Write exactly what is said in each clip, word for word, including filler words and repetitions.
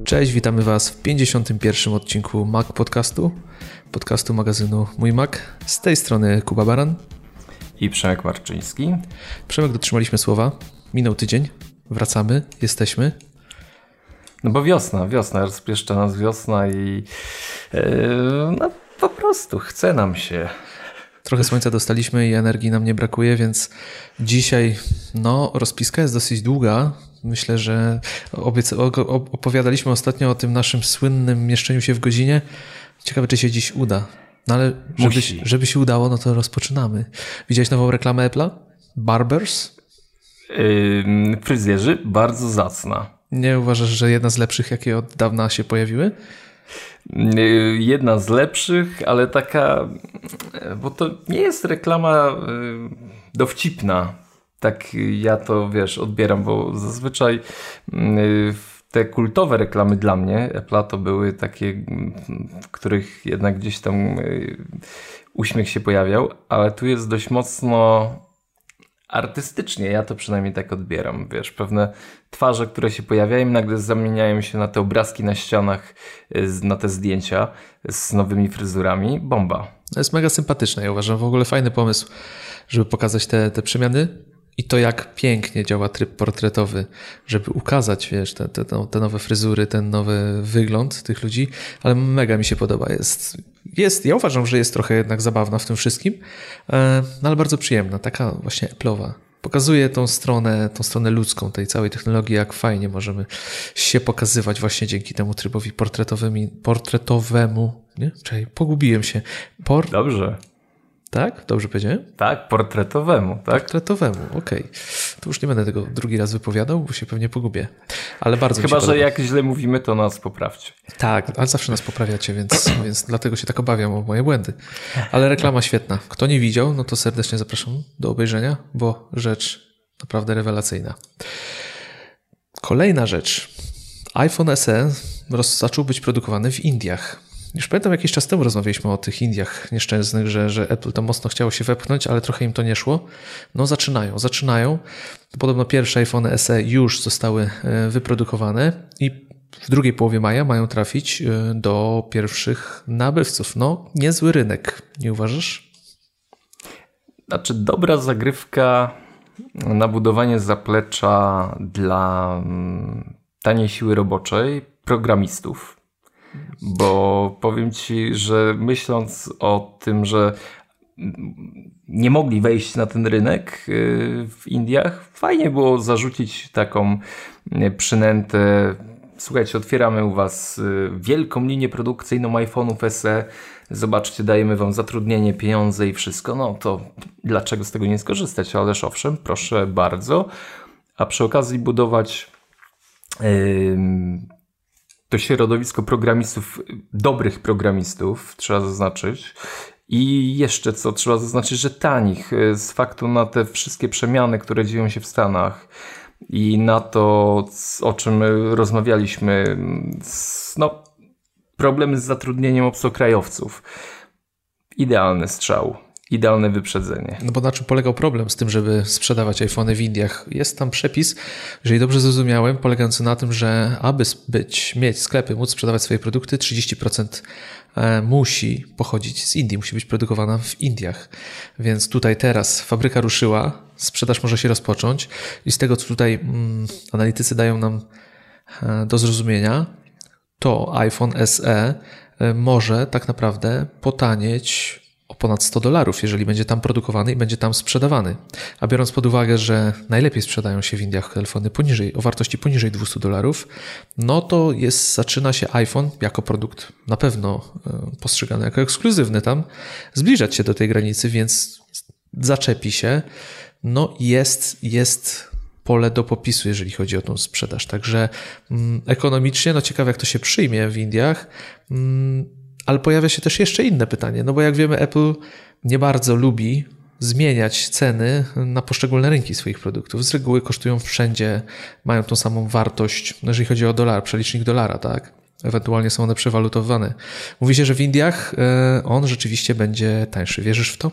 Cześć, witamy Was w pięćdziesiątym pierwszym odcinku Mac Podcastu, podcastu magazynu Mój Mac. Z tej strony Kuba Baran i Przemek Marczyński. Przemek, dotrzymaliśmy słowa. Minął tydzień, wracamy, jesteśmy. No bo wiosna, wiosna, rozpieszcza nas wiosna i yy, no po prostu chce nam się. Trochę słońca dostaliśmy i energii nam nie brakuje, więc dzisiaj no rozpiska jest dosyć długa. Myślę, że obieca- opowiadaliśmy ostatnio o tym naszym słynnym mieszczeniu się w godzinie. Ciekawe, czy się dziś uda. No ale żeby, żeby się udało, no to rozpoczynamy. Widziałeś nową reklamę Apple'a? Barbers? Yy, fryzjerzy, bardzo zacna. Nie uważasz, że jedna z lepszych, jakie od dawna się pojawiły? Yy, jedna z lepszych, ale taka, bo to nie jest reklama yy, dowcipna. Tak ja to, wiesz, odbieram, bo zazwyczaj yy, te kultowe reklamy dla mnie Apple'a to były takie, w których jednak gdzieś tam yy, uśmiech się pojawiał, ale tu jest dość mocno artystycznie, ja to przynajmniej tak odbieram, wiesz, pewne twarze, które się pojawiają, nagle zamieniają się na te obrazki na ścianach, na te zdjęcia z nowymi fryzurami. Bomba. To jest mega sympatyczne, ja uważam, w ogóle fajny pomysł, żeby pokazać te, te przemiany i to, jak pięknie działa tryb portretowy, żeby ukazać, wiesz, te, te, te nowe fryzury, ten nowy wygląd tych ludzi, ale mega mi się podoba. Jest, jest, ja uważam, że jest trochę jednak zabawna w tym wszystkim, no ale bardzo przyjemna, taka właśnie Apple'owa. Pokazuje tą stronę, tą stronę ludzką tej całej technologii, jak fajnie możemy się pokazywać właśnie dzięki temu trybowi portretowemu, portretowemu, nie? Czekaj, pogubiłem się. Por... Dobrze. Tak? Dobrze powiedziałem? Tak, portretowemu. Tak? Portretowemu, okej. Okay. To już nie będę tego drugi raz wypowiadał, bo się pewnie pogubię. Ale bardzo Chyba, mi się że podoba. jak źle mówimy, to nas poprawcie. Tak, ale zawsze nas poprawiacie, więc, więc dlatego się tak obawiam o moje błędy. Ale reklama świetna. Kto nie widział, no to serdecznie zapraszam do obejrzenia, bo rzecz naprawdę rewelacyjna. Kolejna rzecz. iPhone S E roz, zaczął być produkowany w Indiach. Już pamiętam, jakiś czas temu rozmawialiśmy o tych Indiach nieszczęsnych, że, że Apple tam mocno chciało się wepchnąć, ale trochę im to nie szło. No zaczynają, zaczynają. Podobno pierwsze iPhone S E już zostały wyprodukowane i w drugiej połowie maja mają trafić do pierwszych nabywców. No, niezły rynek, nie uważasz? Znaczy, dobra zagrywka na budowanie zaplecza dla taniej siły roboczej programistów. Bo powiem Ci, że myśląc o tym, że nie mogli wejść na ten rynek w Indiach, fajnie było zarzucić taką przynętę. Słuchajcie, otwieramy u Was wielką linię produkcyjną iPhone'ów S E. Zobaczcie, dajemy Wam zatrudnienie, pieniądze i wszystko. No to dlaczego z tego nie skorzystać? Ależ owszem, proszę bardzo. A przy okazji budować Yy, to środowisko programistów, dobrych programistów, trzeba zaznaczyć. I jeszcze co trzeba zaznaczyć, że tanich, z faktu na te wszystkie przemiany, które dzieją się w Stanach i na to, o czym rozmawialiśmy, no, problemy z zatrudnieniem obcokrajowców. Idealny strzał. Idealne wyprzedzenie. No bo na czym polegał problem z tym, żeby sprzedawać iPhony w Indiach? Jest tam przepis, jeżeli dobrze zrozumiałem, polegający na tym, że aby być, mieć sklepy, móc sprzedawać swoje produkty, trzydzieści procent musi pochodzić z Indii, musi być produkowana w Indiach. Więc tutaj teraz fabryka ruszyła, sprzedaż może się rozpocząć i z tego, co tutaj mm, analitycy dają nam do zrozumienia, to iPhone S E może tak naprawdę potanieć o ponad sto dolarów, jeżeli będzie tam produkowany i będzie tam sprzedawany. A biorąc pod uwagę, że najlepiej sprzedają się w Indiach telefony poniżej, o wartości poniżej dwieście dolarów, no to jest, zaczyna się iPhone jako produkt na pewno postrzegany jako ekskluzywny tam, zbliżać się do tej granicy, więc zaczepi się. No jest, jest pole do popisu, jeżeli chodzi o tą sprzedaż. Także mm, ekonomicznie, no ciekawe jak to się przyjmie w Indiach, mm, ale pojawia się też jeszcze inne pytanie, no bo jak wiemy, Apple nie bardzo lubi zmieniać ceny na poszczególne rynki swoich produktów. Z reguły kosztują wszędzie, mają tą samą wartość, jeżeli chodzi o dolar, przelicznik dolara, tak? Ewentualnie są one przewalutowane. Mówi się, że w Indiach on rzeczywiście będzie tańszy. Wierzysz w to?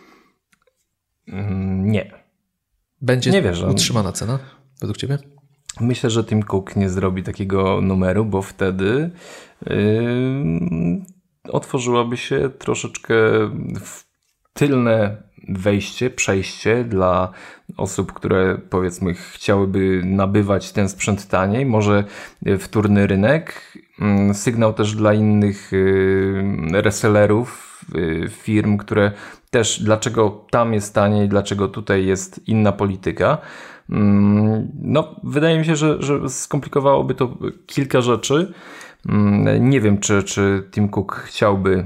Nie. Będzie nie wierzę. utrzymana cena według Ciebie? Myślę, że Tim Cook nie zrobi takiego numeru, bo wtedy yy, otworzyłaby się troszeczkę w tylne wejście, przejście dla osób, które powiedzmy chciałyby nabywać ten sprzęt taniej, może wtórny rynek. Sygnał też dla innych resellerów, firm, które też dlaczego tam jest taniej, dlaczego tutaj jest inna polityka. No, wydaje mi się, że, że skomplikowałoby to kilka rzeczy. Nie wiem, czy, czy Tim Cook chciałby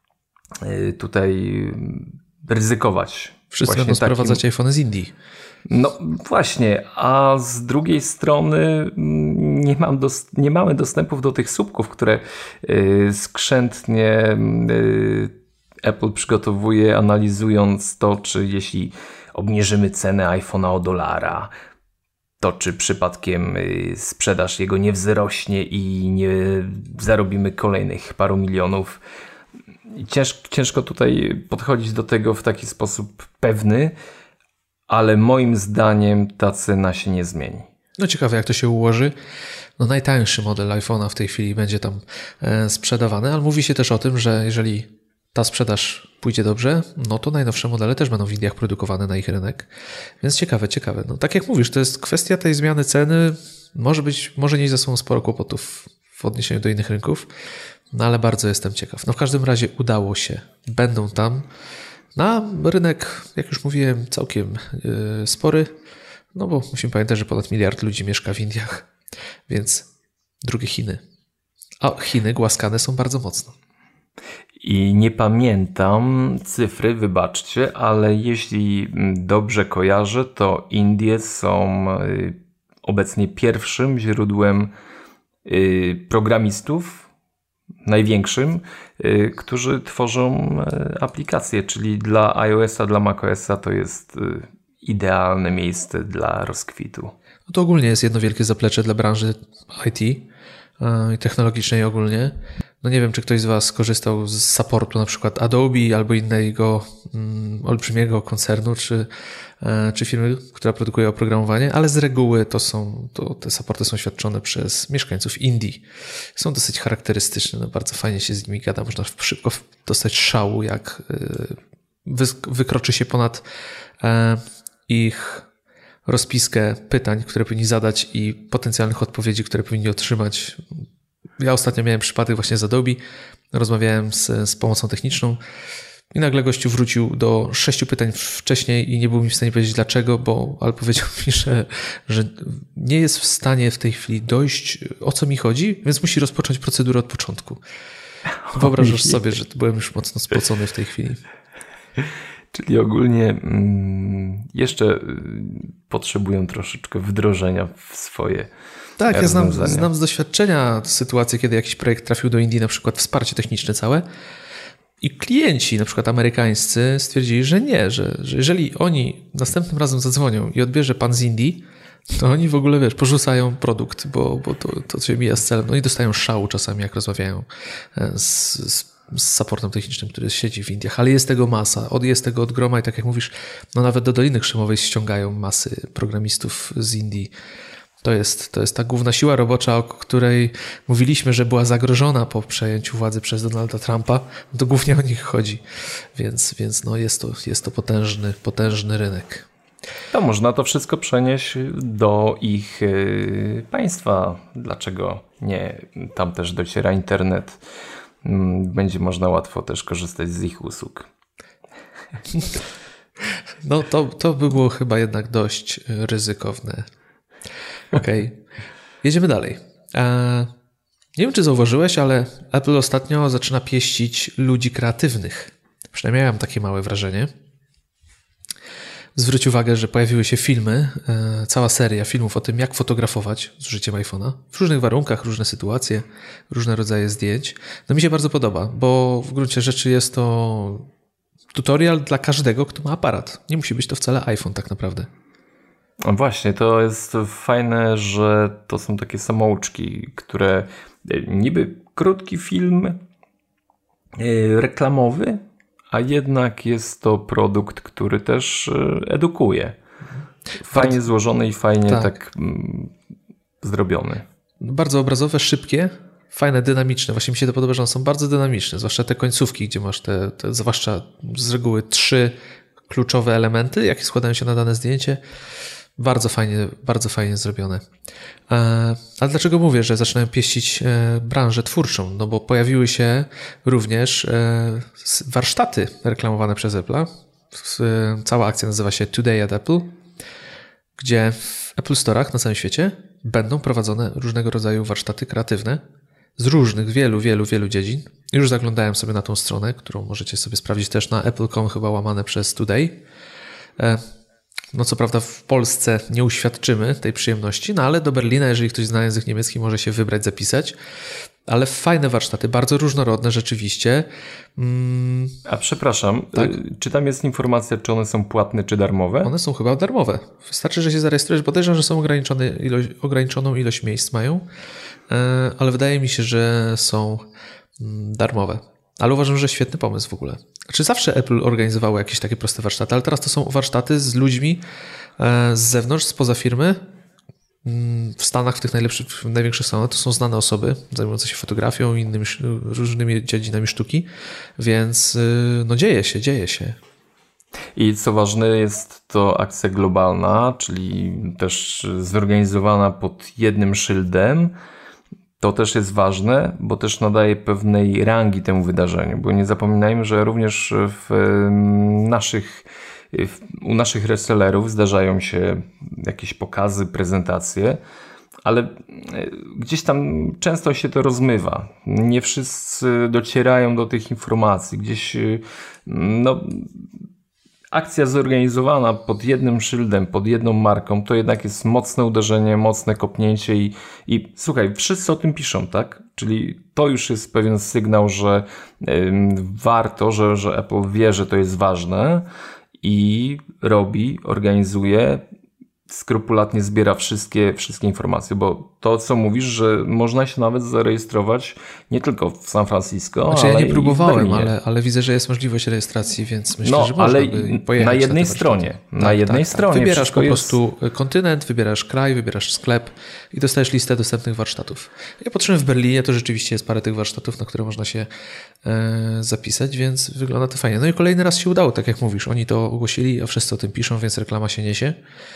tutaj ryzykować. Wszyscy będą takim... sprowadzać iPhony z Indii. No właśnie, a z drugiej strony nie, mam dos- nie mamy dostępów do tych słupków, które yy, skrzętnie yy, Apple przygotowuje, analizując to, czy jeśli obniżymy cenę iPhone'a o dolara, to czy przypadkiem yy, sprzedaż jego nie wzrośnie i nie zarobimy kolejnych paru milionów. Cięż, ciężko tutaj podchodzić do tego w taki sposób pewny, ale moim zdaniem ta cena się nie zmieni. No ciekawe, jak to się ułoży. No najtańszy model iPhone'a w tej chwili będzie tam e, sprzedawany, ale mówi się też o tym, że jeżeli ta sprzedaż pójdzie dobrze, no to najnowsze modele też będą w Indiach produkowane na ich rynek. Więc ciekawe, ciekawe. No tak jak mówisz, to jest kwestia tej zmiany ceny. Może być, może nieść za sobą sporo kłopotów w odniesieniu do innych rynków, no ale bardzo jestem ciekaw. No w każdym razie udało się. Będą tam. Na rynek, jak już mówiłem, całkiem yy, spory, no bo musimy pamiętać, że ponad miliard ludzi mieszka w Indiach, więc drugie Chiny. A Chiny głaskane są bardzo mocno. I nie pamiętam cyfry, wybaczcie, ale jeśli dobrze kojarzę, to Indie są obecnie pierwszym źródłem programistów, największym, którzy tworzą aplikacje, czyli dla iOS-a, dla macOS-a to jest idealne miejsce dla rozkwitu. No to ogólnie jest jedno wielkie zaplecze dla branży I T i technologicznej ogólnie. No nie wiem, czy ktoś z Was korzystał z supportu na przykład Adobe albo innego mm, olbrzymiego koncernu, czy, e, czy firmy, która produkuje oprogramowanie, ale z reguły to są, to te supporty są świadczone przez mieszkańców Indii. Są dosyć charakterystyczne, no bardzo fajnie się z nimi gada, można szybko dostać szału, jak e, wy, wykroczy się ponad e, ich rozpiskę pytań, które powinni zadać i potencjalnych odpowiedzi, które powinni otrzymać. Ja ostatnio miałem przypadek właśnie z Adobe, rozmawiałem z, z pomocą techniczną i nagle gościu wrócił do sześciu pytań wcześniej i nie był mi w stanie powiedzieć dlaczego, bo ale powiedział mi, że, że nie jest w stanie w tej chwili dojść, o co mi chodzi, więc musi rozpocząć procedurę od początku. Wyobrażasz sobie, że byłem już mocno spocony w tej chwili. Czyli ogólnie mm, jeszcze potrzebują troszeczkę wdrożenia w swoje Tak, ja znam, znam z doświadczenia sytuację, kiedy jakiś projekt trafił do Indii, na przykład wsparcie techniczne całe i klienci, na przykład amerykańscy, stwierdzili, że nie, że, że jeżeli oni następnym razem zadzwonią i odbierze pan z Indii, to oni w ogóle, wiesz, porzucają produkt, bo, bo to, to się mija z celem. No i dostają szału czasami, jak rozmawiają z, z z supportem technicznym, który siedzi w Indiach, ale jest tego masa, od, jest tego od groma i tak jak mówisz, no nawet do Doliny Krzemowej ściągają masy programistów z Indii. To jest, to jest ta główna siła robocza, o której mówiliśmy, że była zagrożona po przejęciu władzy przez Donalda Trumpa. No to głównie o nich chodzi, więc, więc no jest to, jest to potężny, potężny rynek. To można to wszystko przenieść do ich yy, państwa. Dlaczego nie? Tam też dociera internet. Będzie można łatwo też korzystać z ich usług. No to, to by było chyba jednak dość ryzykowne. Okej, okay. Jedziemy dalej. Eee, nie wiem, czy zauważyłeś, ale Apple ostatnio zaczyna pieścić ludzi kreatywnych. Przynajmniej miałem takie małe wrażenie. Zwróć uwagę, że pojawiły się filmy, e, cała seria filmów o tym, jak fotografować z użyciem iPhone'a. W różnych warunkach, różne sytuacje, różne rodzaje zdjęć. No mi się bardzo podoba, bo w gruncie rzeczy jest to tutorial dla każdego, kto ma aparat. Nie musi być to wcale iPhone tak naprawdę. Właśnie, to jest fajne, że to są takie samouczki, które niby krótki film reklamowy, a jednak jest to produkt, który też edukuje. Fajnie złożony i fajnie tak, tak zrobiony. Bardzo obrazowe, szybkie, fajne, dynamiczne. Właśnie mi się to podoba, że one są bardzo dynamiczne, zwłaszcza te końcówki, gdzie masz te, te zwłaszcza z reguły trzy kluczowe elementy, jakie składają się na dane zdjęcie. Bardzo fajnie, bardzo fajnie zrobione. Ale dlaczego mówię, że zaczynają pieścić branżę twórczą? No bo pojawiły się również warsztaty reklamowane przez Apple'a. Cała akcja nazywa się Today at Apple, gdzie w Apple Store'ach na całym świecie będą prowadzone różnego rodzaju warsztaty kreatywne z różnych, wielu, wielu, wielu dziedzin. Już zaglądałem sobie na tą stronę, którą możecie sobie sprawdzić też na apple kropka com, chyba łamane przez Today. No co prawda w Polsce nie uświadczymy tej przyjemności, no ale do Berlina, jeżeli ktoś zna język niemiecki, może się wybrać, zapisać. Ale fajne warsztaty, bardzo różnorodne rzeczywiście. Mm, A przepraszam, tak? Czy tam jest informacja, czy one są płatne, czy darmowe? One są chyba darmowe. Wystarczy, że się zarejestrujesz. Podejrzewam, że są ograniczone ilość, ograniczoną ilość miejsc mają, ale wydaje mi się, że są darmowe. Ale uważam, że świetny pomysł w ogóle. Czy zawsze Apple organizowało jakieś takie proste warsztaty, ale teraz to są warsztaty z ludźmi z zewnątrz, spoza firmy. W Stanach, w tych najlepszych, w największych Stanach to są znane osoby zajmujące się fotografią i innymi różnymi dziedzinami sztuki, więc no dzieje się, dzieje się. I co ważne, jest to akcja globalna, czyli też zorganizowana pod jednym szyldem. To też jest ważne, bo też nadaje pewnej rangi temu wydarzeniu, bo nie zapominajmy, że również w naszych, w, u naszych resellerów zdarzają się jakieś pokazy, prezentacje, ale gdzieś tam często się to rozmywa. Nie wszyscy docierają do tych informacji. Gdzieś no, akcja zorganizowana pod jednym szyldem, pod jedną marką, to jednak jest mocne uderzenie, mocne kopnięcie i, i słuchaj, wszyscy o tym piszą, tak? Czyli to już jest pewien sygnał, że ym, warto, że, że Apple wie, że to jest ważne i robi, organizuje, skrupulatnie zbiera wszystkie, wszystkie informacje, bo to, co mówisz, że można się nawet zarejestrować nie tylko w San Francisco, znaczy, ale ja nie próbowałem, i w ale, ale widzę, że jest możliwość rejestracji, więc myślę, no, że można ale by pojechać na jednej na stronie. Na tak, jednej tak, stronie. Tak. Wybierasz po jest... prostu kontynent, wybierasz kraj, wybierasz sklep i dostajesz listę dostępnych warsztatów. Ja patrzyłem w Berlinie, to rzeczywiście jest parę tych warsztatów, na które można się e, zapisać, więc wygląda to fajnie. No i kolejny raz się udało, tak jak mówisz. Oni to ogłosili, a wszyscy o tym piszą, więc reklama się niesie.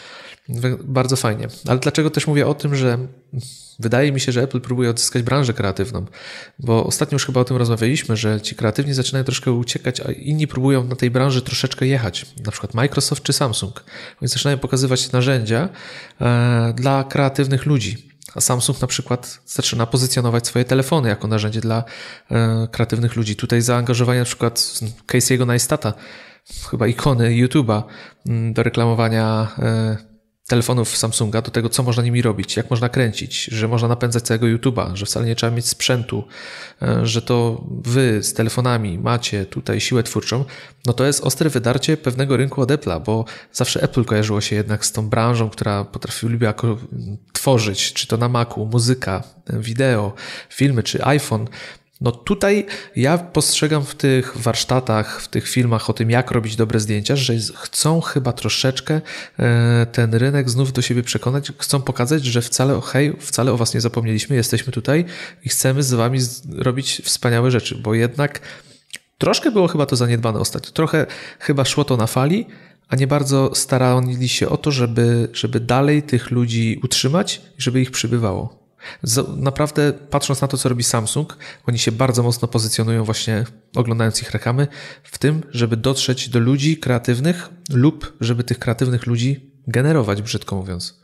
Bardzo fajnie. Ale dlaczego też mówię o tym, że wydaje mi się, że Apple próbuje odzyskać branżę kreatywną, bo ostatnio już chyba o tym rozmawialiśmy, że ci kreatywni zaczynają troszkę uciekać, a inni próbują na tej branży troszeczkę jechać. Na przykład Microsoft czy Samsung. Oni zaczynają pokazywać narzędzia e, dla kreatywnych ludzi. A Samsung na przykład zaczyna pozycjonować swoje telefony jako narzędzie dla e, kreatywnych ludzi. Tutaj zaangażowanie na przykład Casey'ego Neistata, chyba ikony YouTube'a do reklamowania e, telefonów Samsunga, do tego, co można nimi robić, jak można kręcić, że można napędzać całego YouTube'a, że wcale nie trzeba mieć sprzętu, że to wy z telefonami macie tutaj siłę twórczą, no to jest ostre wydarcie pewnego rynku od Apple'a, bo zawsze Apple kojarzyło się jednak z tą branżą, która potrafi, lubiła tworzyć, czy to na Macu, muzyka, wideo, filmy, czy iPhone. No tutaj ja postrzegam w tych warsztatach, w tych filmach o tym, jak robić dobre zdjęcia, że chcą chyba troszeczkę ten rynek znów do siebie przekonać, chcą pokazać, że wcale, hej, wcale o was nie zapomnieliśmy, jesteśmy tutaj i chcemy z wami robić wspaniałe rzeczy, bo jednak troszkę było chyba to zaniedbane ostatnio, trochę chyba szło to na fali, a nie bardzo starali się o to, żeby, żeby dalej tych ludzi utrzymać i żeby ich przybywało. Naprawdę patrząc na to, co robi Samsung, oni się bardzo mocno pozycjonują właśnie, oglądając ich reklamy, w tym, żeby dotrzeć do ludzi kreatywnych lub żeby tych kreatywnych ludzi generować, brzydko mówiąc.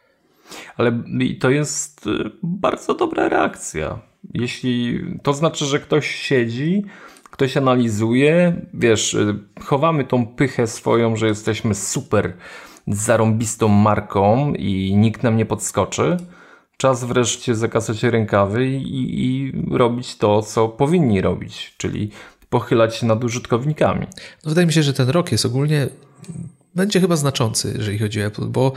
Ale to jest bardzo dobra reakcja. Jeśli to znaczy, że ktoś siedzi, ktoś analizuje, wiesz, chowamy tą pychę swoją, że jesteśmy super zarąbistą marką i nikt nam nie podskoczy. Czas wreszcie zakasać rękawy i, i robić to, co powinni robić, czyli pochylać się nad użytkownikami. No wydaje mi się, że ten rok jest ogólnie, będzie chyba znaczący, jeżeli chodzi o Apple, bo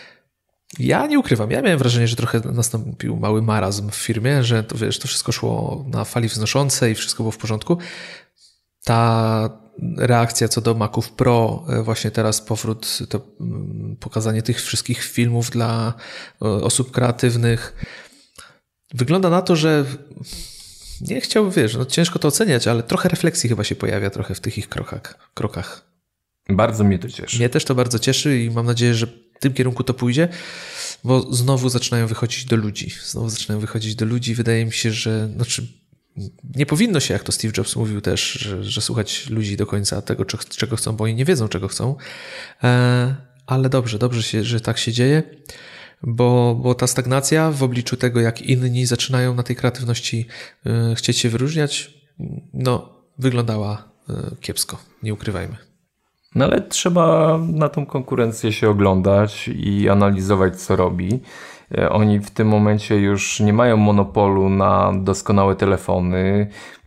ja nie ukrywam, ja miałem wrażenie, że trochę nastąpił mały marazm w firmie, że to, wiesz, to wszystko szło na fali wznoszącej i wszystko było w porządku. Ta reakcja co do Maców Pro, właśnie teraz powrót, to pokazanie tych wszystkich filmów dla osób kreatywnych. Wygląda na to, że nie chciałbym, wiesz, no ciężko to oceniać, ale trochę refleksji chyba się pojawia trochę w tych ich krokach, krokach. Bardzo mnie to cieszy. Mnie też to bardzo cieszy i mam nadzieję, że w tym kierunku to pójdzie, bo znowu zaczynają wychodzić do ludzi. Znowu zaczynają wychodzić do ludzi. Wydaje mi się, że znaczy, nie powinno się, jak to Steve Jobs mówił też, że, że słuchać ludzi do końca tego, czego chcą, bo oni nie wiedzą, czego chcą. Ale dobrze, dobrze, się, że tak się dzieje. Bo, bo ta stagnacja w obliczu tego, jak inni zaczynają na tej kreatywności y, chcieć się wyróżniać, no wyglądała y, kiepsko, nie ukrywajmy. No ale trzeba na tą konkurencję się oglądać i analizować, co robi. Oni w tym momencie już nie mają monopolu na doskonałe telefony,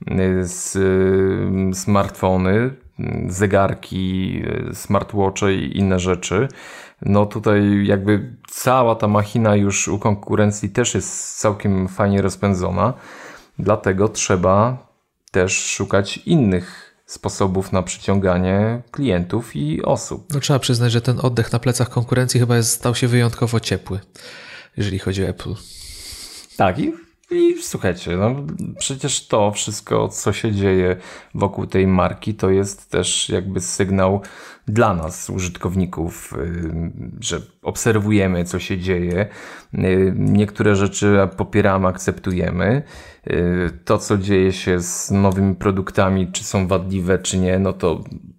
smartfony, zegarki, smartwatche i inne rzeczy. No tutaj jakby cała ta machina już u konkurencji też jest całkiem fajnie rozpędzona, dlatego trzeba też szukać innych sposobów na przyciąganie klientów i osób. No trzeba przyznać, że ten oddech na plecach konkurencji chyba jest, stał się wyjątkowo ciepły, jeżeli chodzi o Apple. Tak i, i słuchajcie, no przecież to wszystko, co się dzieje wokół tej marki, to jest też jakby sygnał dla nas, użytkowników, że obserwujemy, co się dzieje. Niektóre rzeczy popieramy, akceptujemy. To, co dzieje się z nowymi produktami, czy są wadliwe, czy nie, no to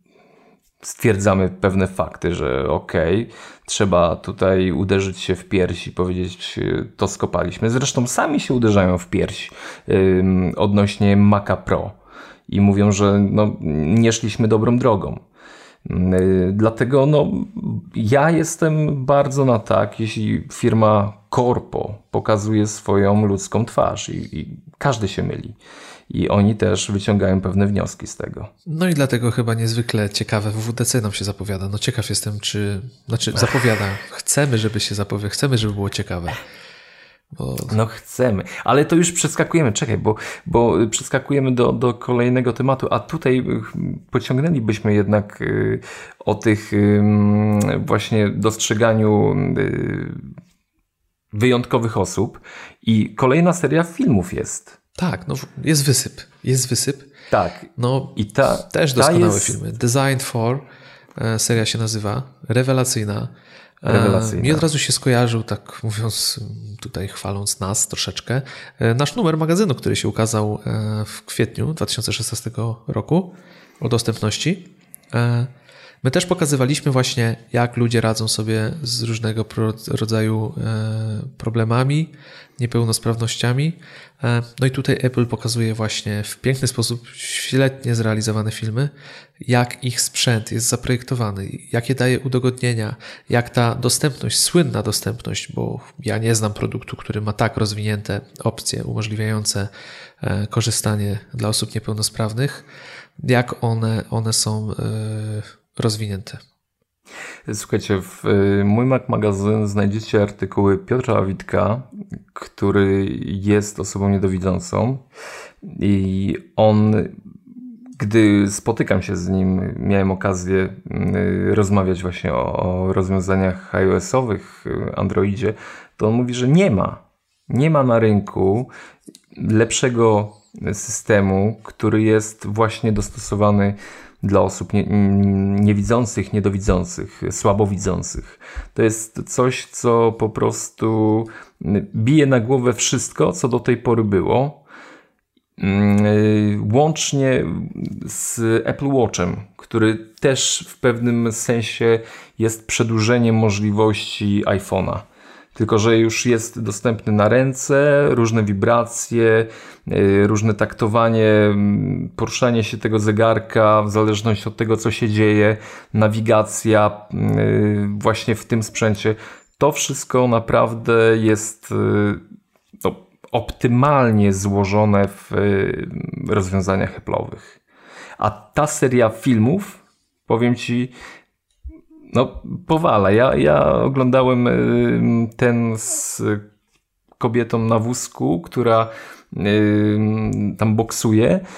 stwierdzamy pewne fakty, że okej, okay, trzeba tutaj uderzyć się w pierś i powiedzieć, to skopaliśmy. Zresztą sami się uderzają w pierś yy, odnośnie Maca Pro i mówią, że no, nie szliśmy dobrą drogą. Yy, dlatego no, ja jestem bardzo na tak, jeśli firma Corpo pokazuje swoją ludzką twarz i, i każdy się myli. I oni też wyciągają pewne wnioski z tego. No i dlatego chyba niezwykle ciekawe W W D C nam się zapowiada. No ciekaw jestem, czy... Znaczy zapowiada. Chcemy, żeby się zapowiada. Chcemy, żeby było ciekawe. Bo... No chcemy. Ale to już przeskakujemy. Czekaj, bo, bo przeskakujemy do, do kolejnego tematu. A tutaj pociągnęlibyśmy jednak y, o tych y, właśnie dostrzeganiu y, wyjątkowych osób. I kolejna seria filmów jest. Tak, no jest wysyp. Jest wysyp. Tak. No i ta, też ta doskonałe jest... filmy. Designed for, e, seria się nazywa. Rewelacyjna. E, Rewelacyjna. Mi od razu się skojarzył, tak mówiąc, tutaj chwaląc nas troszeczkę, e, nasz numer magazynu, który się ukazał e, w kwietniu dwa tysiące szesnastego roku o dostępności. E, My też pokazywaliśmy właśnie, jak ludzie radzą sobie z różnego rodzaju problemami, niepełnosprawnościami. No i tutaj Apple pokazuje właśnie w piękny sposób, świetnie zrealizowane filmy, jak ich sprzęt jest zaprojektowany, jakie daje udogodnienia, jak ta dostępność, słynna dostępność, bo ja nie znam produktu, który ma tak rozwinięte opcje umożliwiające korzystanie dla osób niepełnosprawnych, jak one, one są rozwinięte. Słuchajcie, w Mój Mac Magazyn znajdziecie artykuły Piotra Witka, który jest osobą niedowidzącą i on, gdy spotykam się z nim, miałem okazję rozmawiać właśnie o, o rozwiązaniach iOS-owych, Androidzie, to on mówi, że nie ma, nie ma na rynku lepszego systemu, który jest właśnie dostosowany dla osób nie, niewidzących, niedowidzących, słabowidzących. To jest coś, co po prostu bije na głowę wszystko, co do tej pory było. Łącznie z Apple Watchem, który też w pewnym sensie jest przedłużeniem możliwości iPhone'a. Tylko że już jest dostępny na ręce, różne wibracje, różne taktowanie, poruszanie się tego zegarka w zależności od tego, co się dzieje, nawigacja właśnie w tym sprzęcie. To wszystko naprawdę jest no, optymalnie złożone w rozwiązaniach Apple'owych. A ta seria filmów, powiem Ci, no powala. Ja, ja oglądałem ten z kobietą na wózku, która tam boksuje.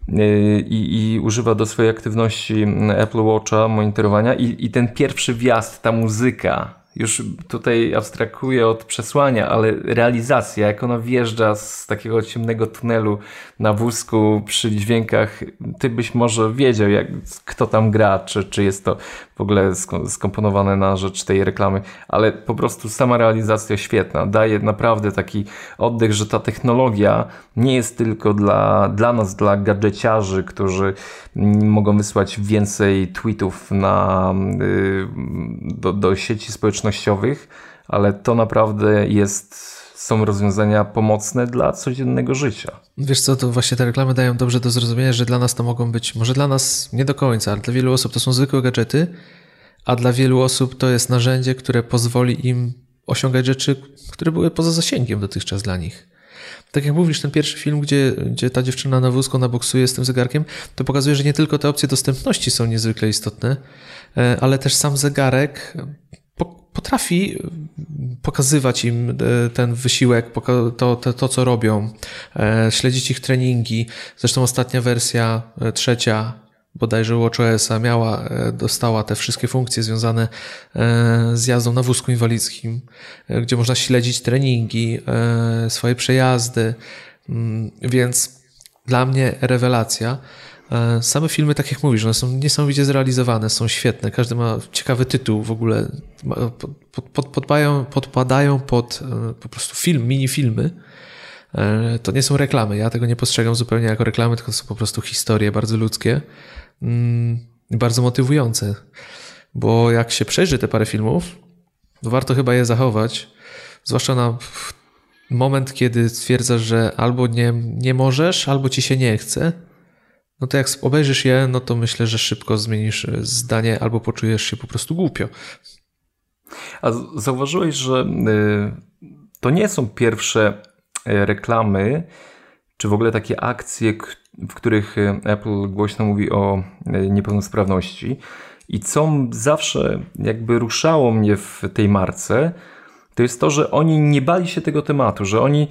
i, i używa do swojej aktywności Apple Watcha, monitorowania i, i ten pierwszy wjazd, ta muzyka, już tutaj abstrahuję od przesłania, ale realizacja, jak ona wjeżdża z takiego ciemnego tunelu na wózku przy dźwiękach, ty byś może wiedział, jak, kto tam gra, czy, czy jest to w ogóle skomponowane na rzecz tej reklamy, ale po prostu sama realizacja świetna, daje naprawdę taki oddech, że ta technologia nie jest tylko dla, dla nas, dla gadżeciarzy, którzy mogą wysłać więcej tweetów na, do, do sieci społecznościowych, ale to naprawdę jest, są rozwiązania pomocne dla codziennego życia. Wiesz co, to właśnie te reklamy dają dobrze do zrozumienia, że dla nas to mogą być, może dla nas nie do końca, ale dla wielu osób to są zwykłe gadżety, a dla wielu osób to jest narzędzie, które pozwoli im osiągać rzeczy, które były poza zasięgiem dotychczas dla nich. Tak jak mówisz, ten pierwszy film, gdzie, gdzie ta dziewczyna na wózku naboksuje z tym zegarkiem, to pokazuje, że nie tylko te opcje dostępności są niezwykle istotne, ale też sam zegarek potrafi pokazywać im ten wysiłek, to, to, to co robią, śledzić ich treningi. Zresztą ostatnia wersja, trzecia bodajże WatchOS-a miała, dostała te wszystkie funkcje związane z jazdą na wózku inwalidzkim, gdzie można śledzić treningi, swoje przejazdy, więc dla mnie rewelacja. Same filmy, tak jak mówisz, one są niesamowicie zrealizowane, są świetne, każdy ma ciekawy tytuł w ogóle, pod, pod, podpadają, podpadają pod po prostu film, minifilmy. To nie są reklamy, ja tego nie postrzegam zupełnie jako reklamy, tylko to są po prostu historie bardzo ludzkie, bardzo motywujące, bo jak się przejrzy te parę filmów, to warto chyba je zachować, zwłaszcza na moment, kiedy stwierdzasz, że albo nie, nie możesz, albo ci się nie chce. No to jak obejrzysz je, no to myślę, że szybko zmienisz zdanie albo poczujesz się po prostu głupio. A zauważyłeś, że to nie są pierwsze reklamy, czy w ogóle takie akcje, w których Apple głośno mówi o niepełnosprawności i co zawsze jakby ruszało mnie w tej marce, to jest to, że oni nie bali się tego tematu, że oni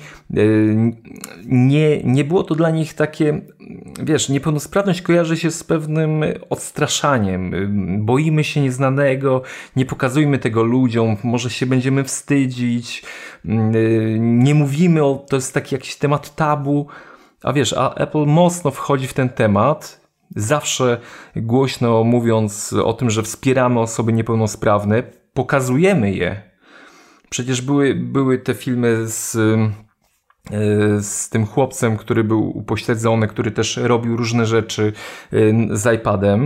nie, nie było to dla nich takie, wiesz, niepełnosprawność kojarzy się z pewnym odstraszaniem. Boimy się nieznanego, nie pokazujmy tego ludziom, może się będziemy wstydzić, nie mówimy o, to jest taki jakiś temat tabu, a wiesz, a Apple mocno wchodzi w ten temat, zawsze głośno mówiąc o tym, że wspieramy osoby niepełnosprawne, pokazujemy je. Przecież były, były te filmy z, z tym chłopcem, który był upośledzony, który też robił różne rzeczy z iPadem.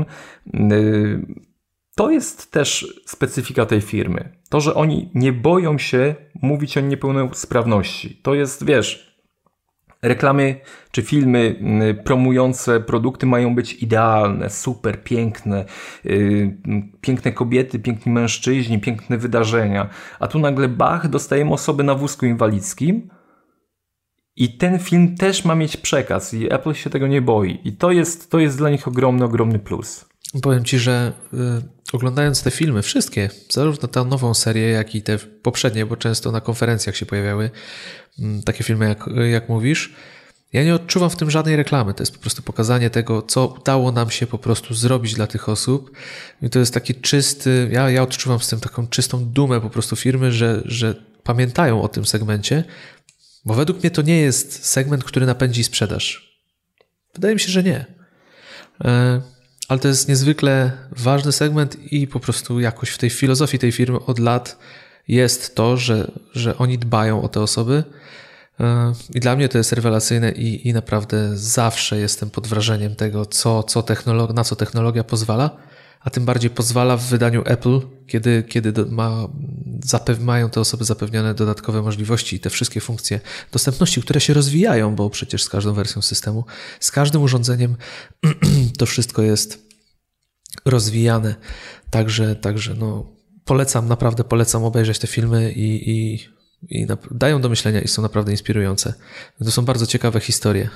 To jest też specyfika tej firmy. To, że oni nie boją się mówić o niepełnosprawności. To jest, wiesz, reklamy czy filmy promujące produkty mają być idealne, super, piękne, yy, piękne kobiety, piękni mężczyźni, piękne wydarzenia. A tu nagle bach, dostajemy osoby na wózku inwalidzkim i ten film też ma mieć przekaz i Apple się tego nie boi. I to jest, to jest dla nich ogromny, ogromny plus. Powiem Ci, że y, oglądając te filmy, wszystkie, zarówno tę nową serię, jak i te poprzednie, bo często na konferencjach się pojawiały y, takie filmy, jak, jak mówisz, ja nie odczuwam w tym żadnej reklamy. To jest po prostu pokazanie tego, co udało nam się po prostu zrobić dla tych osób. I to jest taki czysty, ja, ja odczuwam z tym taką czystą dumę po prostu firmy, że, że pamiętają o tym segmencie, bo według mnie to nie jest segment, który napędzi sprzedaż. Wydaje mi się, że nie. Y, Ale to jest niezwykle ważny segment i po prostu jakoś w tej filozofii tej firmy od lat jest to, że, że oni dbają o te osoby i dla mnie to jest rewelacyjne i, i naprawdę zawsze jestem pod wrażeniem tego, co, co technolog- na co technologia pozwala, a tym bardziej pozwala w wydaniu Apple, kiedy, kiedy do, ma, zapew- mają te osoby zapewnione dodatkowe możliwości i te wszystkie funkcje dostępności, które się rozwijają, bo przecież z każdą wersją systemu, z każdym urządzeniem to wszystko jest rozwijane. Także, także no, polecam, naprawdę polecam obejrzeć te filmy i, i, i na, dają do myślenia i są naprawdę inspirujące. To są bardzo ciekawe historie.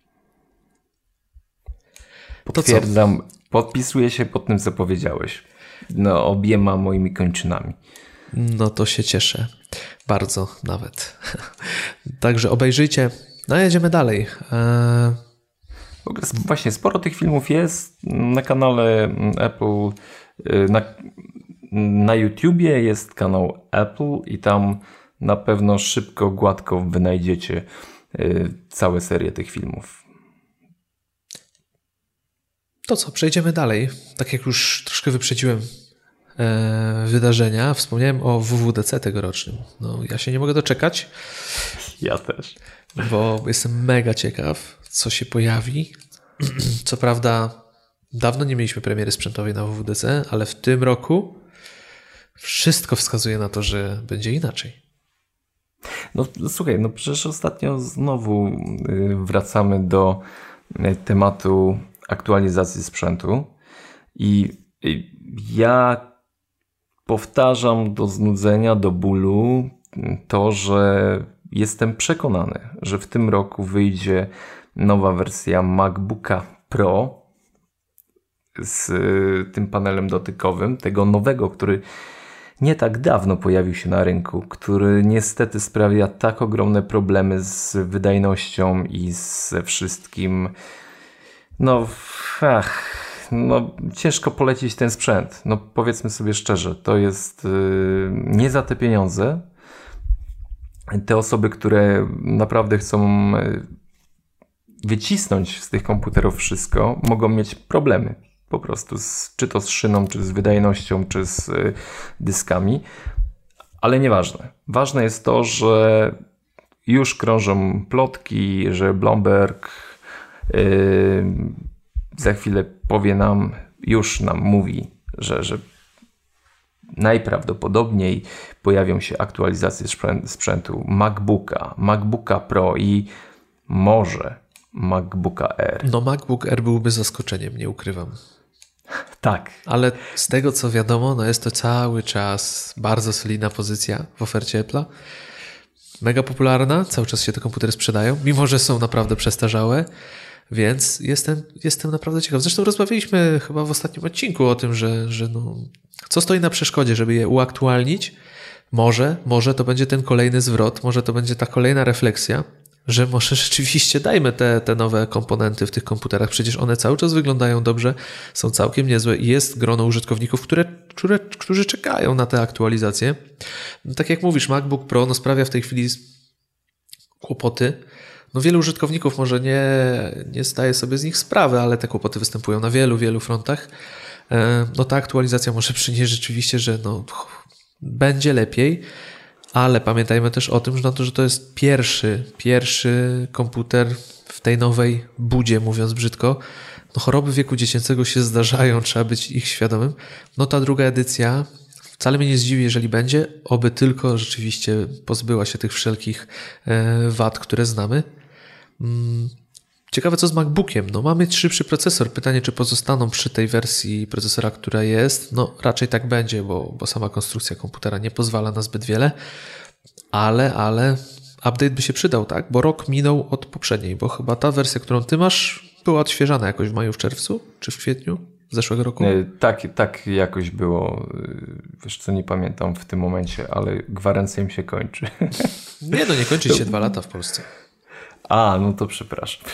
Potwierdzam, podpisuję się pod tym, co powiedziałeś. No, obiema moimi kończynami. No to się cieszę. Bardzo nawet. Także obejrzyjcie. No jedziemy dalej. W ogóle właśnie sporo tych filmów jest na kanale Apple, na, na YouTubie jest kanał Apple i tam na pewno szybko, gładko wynajdziecie całe serię tych filmów. To co, przejdziemy dalej. Tak jak już troszkę wyprzedziłem e, wydarzenia, wspomniałem o W W D C tegorocznym. No, ja się nie mogę doczekać. Ja też. Bo jestem mega ciekaw, co się pojawi. Co prawda, dawno nie mieliśmy premiery sprzętowej na W W D C, ale w tym roku wszystko wskazuje na to, że będzie inaczej. No słuchaj, no przecież ostatnio znowu wracamy do tematu aktualizacji sprzętu i ja powtarzam do znudzenia, do bólu to, że jestem przekonany, że w tym roku wyjdzie nowa wersja MacBooka Pro z tym panelem dotykowym, tego nowego, który nie tak dawno pojawił się na rynku, który niestety sprawia tak ogromne problemy z wydajnością i ze wszystkim. No, ach, no ciężko polecić ten sprzęt. No powiedzmy sobie szczerze, to jest yy, nie za te pieniądze. Te osoby, które naprawdę chcą wycisnąć z tych komputerów wszystko, mogą mieć problemy po prostu, z, czy to z szyną, czy z wydajnością, czy z y, dyskami, ale nieważne. Ważne jest to, że już krążą plotki, że Bloomberg y, za chwilę powie nam, już nam mówi, że, że najprawdopodobniej pojawią się aktualizacje sprzętu MacBooka, MacBooka Pro i może MacBooka Air. No MacBook Air byłby zaskoczeniem, nie ukrywam. Tak. Ale z tego co wiadomo, no jest to cały czas bardzo solidna pozycja w ofercie Apple'a. Mega popularna, cały czas się te komputery sprzedają, mimo że są naprawdę przestarzałe. Więc jestem, jestem naprawdę ciekaw. Zresztą rozmawialiśmy chyba w ostatnim odcinku o tym, że, że no, co stoi na przeszkodzie, żeby je uaktualnić. Może, może to będzie ten kolejny zwrot, może to będzie ta kolejna refleksja, że może rzeczywiście dajmy te, te nowe komponenty w tych komputerach. Przecież one cały czas wyglądają dobrze, są całkiem niezłe i jest grono użytkowników, które, które, którzy czekają na te aktualizacje. No, tak jak mówisz, MacBook Pro no, sprawia w tej chwili kłopoty. No wielu użytkowników może nie, nie zdaje sobie z nich sprawy, ale te kłopoty występują na wielu, wielu frontach. No ta aktualizacja może przynieść rzeczywiście, że no, będzie lepiej, ale pamiętajmy też o tym, że, no to, że to jest pierwszy, pierwszy komputer w tej nowej budzie, mówiąc brzydko. No choroby wieku dziecięcego się zdarzają, trzeba być ich świadomym. No ta druga edycja wcale mnie nie zdziwi, jeżeli będzie, oby tylko rzeczywiście pozbyła się tych wszelkich wad, które znamy. Ciekawe co z MacBookiem. No mamy szybszy procesor. Pytanie, czy pozostaną przy tej wersji procesora, która jest. No raczej tak będzie, bo, bo sama konstrukcja komputera nie pozwala na zbyt wiele. Ale, ale update by się przydał, tak? Bo rok minął od poprzedniej, bo chyba ta wersja, którą ty masz, była odświeżana jakoś w maju, w czerwcu? Czy w kwietniu zeszłego roku? Tak, tak jakoś było. Wiesz co, nie pamiętam w tym momencie, ale gwarancja im się kończy. Nie, no nie kończy się dwa lata w Polsce. A, no to przepraszam.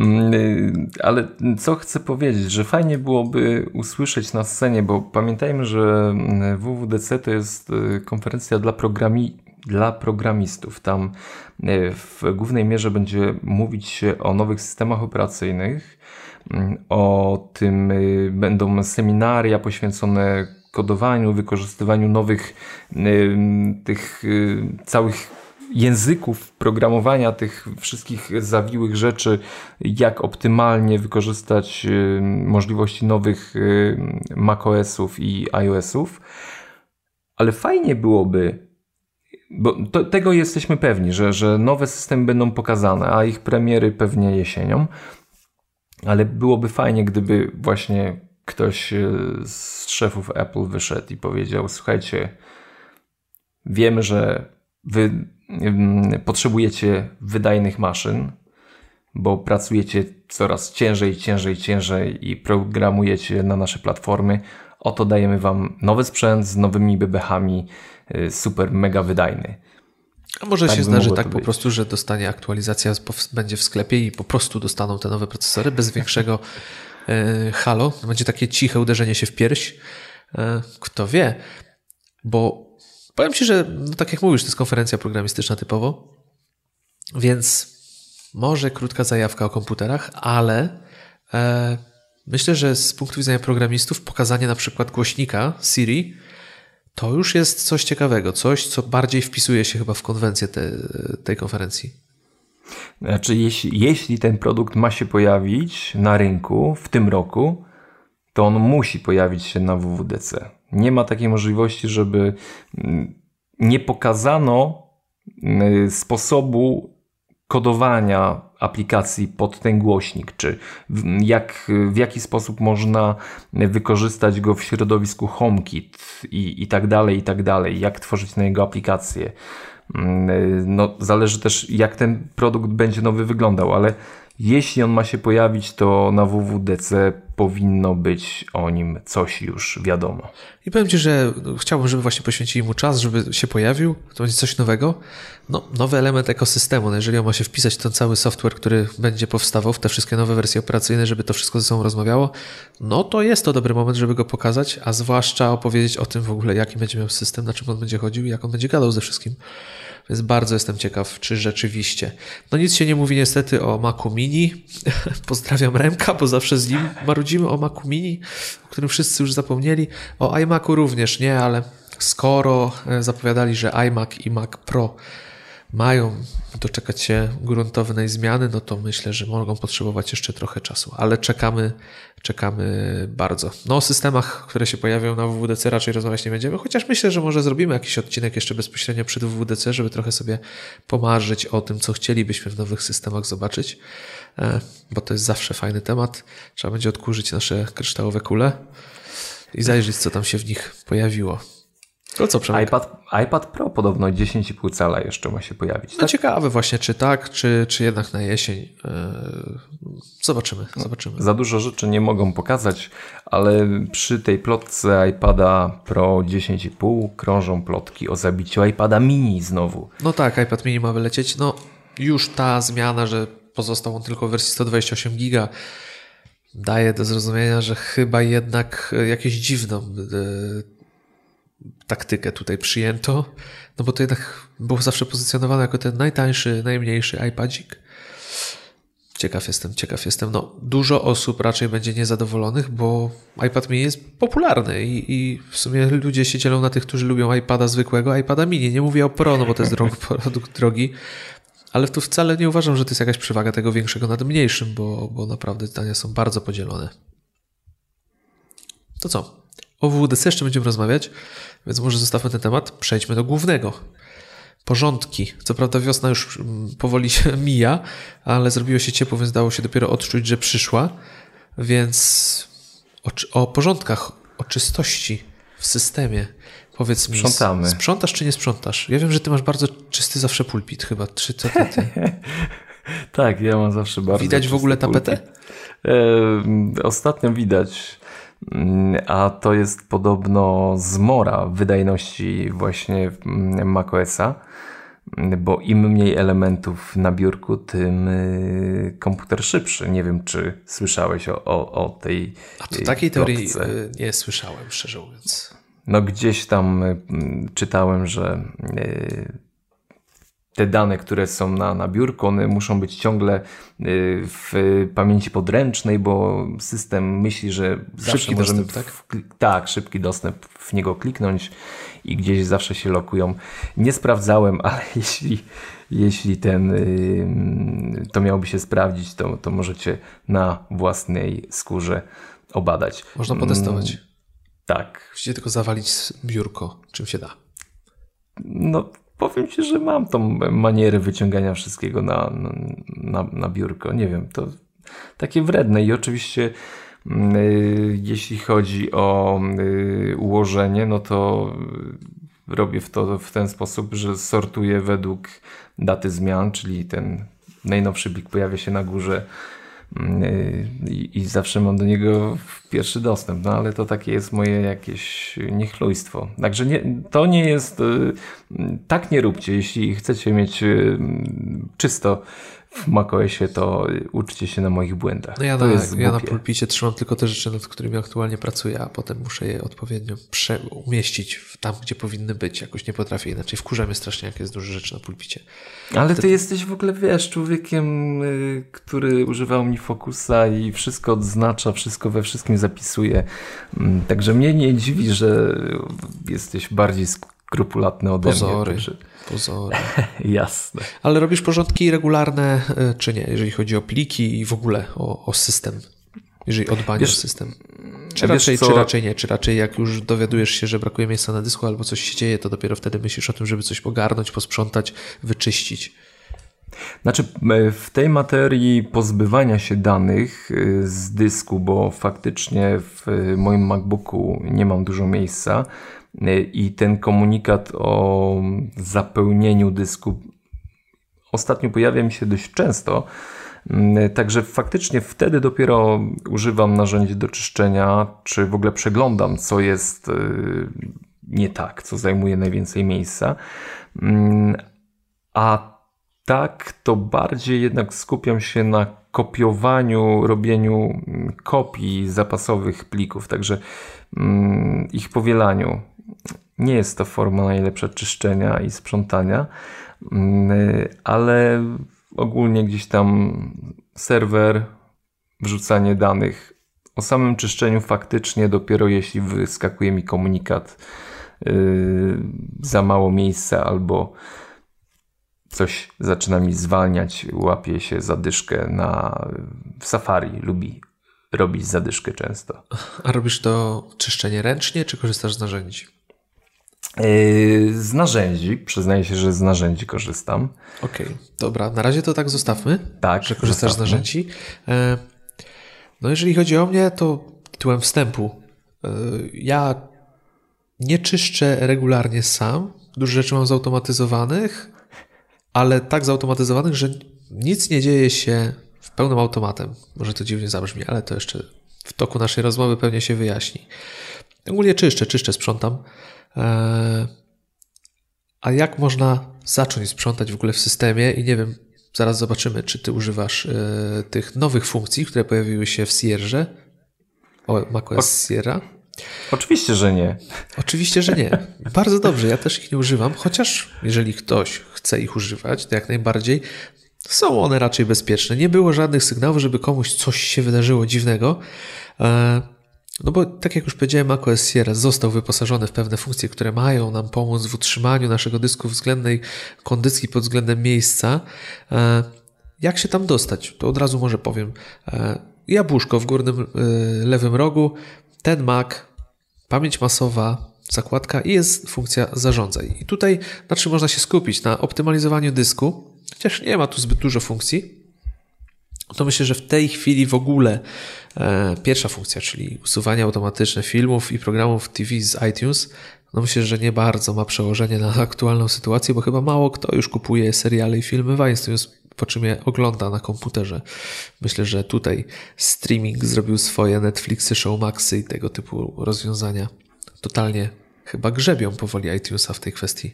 Ale co chcę powiedzieć, że fajnie byłoby usłyszeć na scenie, bo pamiętajmy, że W W D C to jest konferencja dla, programi- dla programistów. Tam w głównej mierze będzie mówić się o nowych systemach operacyjnych, o tym będą seminaria poświęcone kodowaniu, wykorzystywaniu nowych tych całych języków programowania, tych wszystkich zawiłych rzeczy, jak optymalnie wykorzystać możliwości nowych macOSów i iOSów. Ale fajnie byłoby, bo to, tego jesteśmy pewni, że, że nowe systemy będą pokazane, a ich premiery pewnie jesienią. Ale byłoby fajnie, gdyby właśnie ktoś z szefów Apple wyszedł i powiedział: słuchajcie, wiemy, że wy potrzebujecie wydajnych maszyn, bo pracujecie coraz ciężej, ciężej, ciężej i programujecie na nasze platformy. Oto dajemy wam nowy sprzęt z nowymi bebechami, super, mega wydajny. A może tak się zdarzy tak po być. prostu, że dostanie aktualizacja, będzie w sklepie i po prostu dostaną te nowe procesory bez większego e, halo. Będzie takie ciche uderzenie się w pierś. E, kto wie, bo powiem Ci, że no, tak jak mówisz, to jest konferencja programistyczna typowo, więc może krótka zajawka o komputerach, ale e, myślę, że z punktu widzenia programistów pokazanie na przykład głośnika Siri to już jest coś ciekawego, coś, co bardziej wpisuje się chyba w konwencję te, tej konferencji. Znaczy, jeśli, jeśli ten produkt ma się pojawić na rynku w tym roku, to on musi pojawić się na W W D C. Nie ma takiej możliwości, żeby nie pokazano sposobu kodowania aplikacji pod ten głośnik, czy jak, w jaki sposób można wykorzystać go w środowisku HomeKit i, i tak dalej, i tak dalej, jak tworzyć na niego aplikacje. No, zależy też, jak ten produkt będzie nowy wyglądał, ale jeśli on ma się pojawić, to na W W D C powinno być o nim coś już wiadomo. I powiem Ci, że chciałbym, żeby właśnie poświęcili mu czas, żeby się pojawił. To będzie coś nowego. No, nowy element ekosystemu. No, jeżeli on ma się wpisać w ten cały software, który będzie powstawał, w te wszystkie nowe wersje operacyjne, żeby to wszystko ze sobą rozmawiało, no to jest to dobry moment, żeby go pokazać, a zwłaszcza opowiedzieć o tym w ogóle, jaki będzie miał system, na czym on będzie chodził i jak on będzie gadał ze wszystkim. Więc bardzo jestem ciekaw, czy rzeczywiście. No nic się nie mówi niestety o Macu Mini. Pozdrawiam Remka, bo zawsze z nim marudzimy o Macu Mini, o którym wszyscy już zapomnieli. O iMacu również nie, ale skoro zapowiadali, że iMac i Mac Pro mają doczekać się gruntownej zmiany, no to myślę, że mogą potrzebować jeszcze trochę czasu, ale czekamy, czekamy bardzo. No o systemach, które się pojawią na W W D C raczej rozmawiać nie będziemy, chociaż myślę, że może zrobimy jakiś odcinek jeszcze bezpośrednio przed W W D C, żeby trochę sobie pomarzyć o tym, co chcielibyśmy w nowych systemach zobaczyć, bo to jest zawsze fajny temat. Trzeba będzie odkurzyć nasze kryształowe kule i zajrzeć, co tam się w nich pojawiło. To co, Przemek? iPad, iPad Pro podobno dziesięć i pół cala jeszcze ma się pojawić. No tak? ciekawe właśnie, czy tak, czy, czy jednak na jesień. Zobaczymy, zobaczymy. Za dużo rzeczy nie mogą pokazać, ale przy tej plotce iPada Pro dziesięć i pół krążą plotki o zabiciu iPada mini znowu. No tak, iPad mini ma wylecieć. No już ta zmiana, że pozostał on tylko w wersji sto dwadzieścia osiem giga, daje do zrozumienia, że chyba jednak jakieś dziwną taktykę tutaj przyjęto, no bo to jednak było zawsze pozycjonowane jako ten najtańszy, najmniejszy iPadzik. Ciekaw jestem, ciekaw jestem. No, dużo osób raczej będzie niezadowolonych, bo iPad mini jest popularny i, i w sumie ludzie się dzielą na tych, którzy lubią iPada zwykłego, iPada mini. Nie mówię o Pro, no bo to jest drogi, produkt drogi, ale tu wcale nie uważam, że to jest jakaś przewaga tego większego nad mniejszym, bo, bo naprawdę zdania są bardzo podzielone. To co? O W W D C jeszcze będziemy rozmawiać, więc może zostawmy ten temat. Przejdźmy do głównego. Porządki. Co prawda wiosna już powoli się mija, ale zrobiło się ciepło, więc dało się dopiero odczuć, że przyszła. Więc o, o porządkach, o czystości w systemie. Powiedz mi, Sprzątamy. Sprzątasz czy nie sprzątasz? Ja wiem, że ty masz bardzo czysty zawsze pulpit chyba. Czy co ty? ty? Tak, ja mam zawsze bardzo Widać w ogóle tapetę? E, ostatnio widać. A to jest podobno zmora wydajności właśnie macOSa, bo im mniej elementów na biurku, tym komputer szybszy. Nie wiem, czy słyszałeś o, o, o tej A to takiej teorii plotce. Nie słyszałem, szczerze mówiąc. No gdzieś tam czytałem, że te dane, które są na, na biurku, one muszą być ciągle w pamięci podręcznej, bo system myśli, że zawsze szybki możemy dostęp, tak? W, tak, szybki dostęp w niego kliknąć i gdzieś zawsze się lokują. Nie sprawdzałem, ale jeśli, jeśli ten, to miałoby się sprawdzić, to, to możecie na własnej skórze obadać. Można potestować. Tak. Musicie tylko zawalić biurko, czym się da. No, powiem Ci, że mam tą manierę wyciągania wszystkiego na, na, na biurko. Nie wiem, to takie wredne i oczywiście yy, jeśli chodzi o yy, ułożenie, no to robię w to w ten sposób, że sortuję według daty zmian, czyli ten najnowszy plik pojawia się na górze i, i zawsze mam do niego pierwszy dostęp, no ale to takie jest moje jakieś niechlujstwo. Także nie, to nie jest, tak nie róbcie, jeśli chcecie mieć czysto w macOSie, to uczcie się na moich błędach. No ja, to na, jest ja na pulpicie trzymam tylko te rzeczy, nad którymi aktualnie pracuję, a potem muszę je odpowiednio prze- umieścić tam, gdzie powinny być. Jakoś nie potrafię inaczej. Wkurza mnie strasznie, jak jest dużo rzeczy na pulpicie. Ale to... ty jesteś w ogóle, wiesz, człowiekiem, y, który używał OmniFocusa i wszystko odznacza, wszystko we wszystkim zapisuje. Mm, także mnie nie dziwi, że jesteś bardziej skrupulatny ode Pozory. mnie. Pozory. Jasne. Ale robisz porządki regularne, czy nie? Jeżeli chodzi o pliki i w ogóle o, o system. Jeżeli o dbanie wiesz, o system. Czy raczej, czy raczej nie? Czy raczej jak już dowiadujesz się, że brakuje miejsca na dysku albo coś się dzieje, to dopiero wtedy myślisz o tym, żeby coś ogarnąć, posprzątać, wyczyścić? Znaczy w tej materii pozbywania się danych z dysku, bo faktycznie w moim MacBooku nie mam dużo miejsca, i ten komunikat o zapełnieniu dysku ostatnio pojawia mi się dość często. Także faktycznie wtedy dopiero używam narzędzi do czyszczenia, czy w ogóle przeglądam, co jest nie tak, co zajmuje najwięcej miejsca. A tak to bardziej jednak skupiam się na kopiowaniu, robieniu kopii zapasowych plików, także ich powielaniu. Nie jest to forma najlepsza czyszczenia i sprzątania, ale ogólnie gdzieś tam serwer, wrzucanie danych. O samym czyszczeniu faktycznie dopiero jeśli wyskakuje mi komunikat yy, za mało miejsca albo coś zaczyna mi zwalniać, łapie się zadyszkę na w Safari, lubi robić zadyszkę często. A robisz to czyszczenie ręcznie, czy korzystasz z narzędzi? Yy, z narzędzi. Przyznaję się, że z narzędzi korzystam. Okej, okay, dobra. Na razie to tak zostawmy, tak, że korzystasz zostawmy. z narzędzi. No jeżeli chodzi o mnie, to tytułem wstępu. Ja nie czyszczę regularnie sam. Dużo rzeczy mam zautomatyzowanych, ale tak zautomatyzowanych, że nic nie dzieje się w pełnym automatem. Może to dziwnie zabrzmi, ale to jeszcze w toku naszej rozmowy pewnie się wyjaśni. Ogólnie czyszczę, czyszczę, sprzątam. A jak można zacząć sprzątać w ogóle w systemie? I nie wiem, zaraz zobaczymy, czy ty używasz tych nowych funkcji, które pojawiły się w Sierrze. O, macOS Sierra. Oczywiście, że nie. Oczywiście, że nie. Bardzo dobrze, ja też ich nie używam, chociaż jeżeli ktoś chce ich używać, to jak najbardziej są one raczej bezpieczne. Nie było żadnych sygnałów, żeby komuś coś się wydarzyło dziwnego. No bo tak jak już powiedziałem, macOS Sierra został wyposażony w pewne funkcje, które mają nam pomóc w utrzymaniu naszego dysku względnej kondycji pod względem miejsca. Jak się tam dostać? To od razu może powiem. Jabłuszko w górnym lewym rogu, ten Mac, pamięć masowa, zakładka i jest funkcja zarządzaj. I tutaj na czym można się skupić? Na optymalizowaniu dysku, chociaż nie ma tu zbyt dużo funkcji. To myślę, że w tej chwili w ogóle e, pierwsza funkcja, czyli usuwanie automatyczne filmów i programów T V z iTunes, no myślę, że nie bardzo ma przełożenie na aktualną sytuację, bo chyba mało kto już kupuje seriale i filmy w iTunes, po czym je ogląda na komputerze. Myślę, że tutaj streaming zrobił swoje, Netflixy, Showmaxy i tego typu rozwiązania. Totalnie chyba grzebią powoli iTunesa w tej kwestii.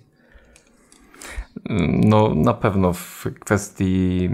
No na pewno w kwestii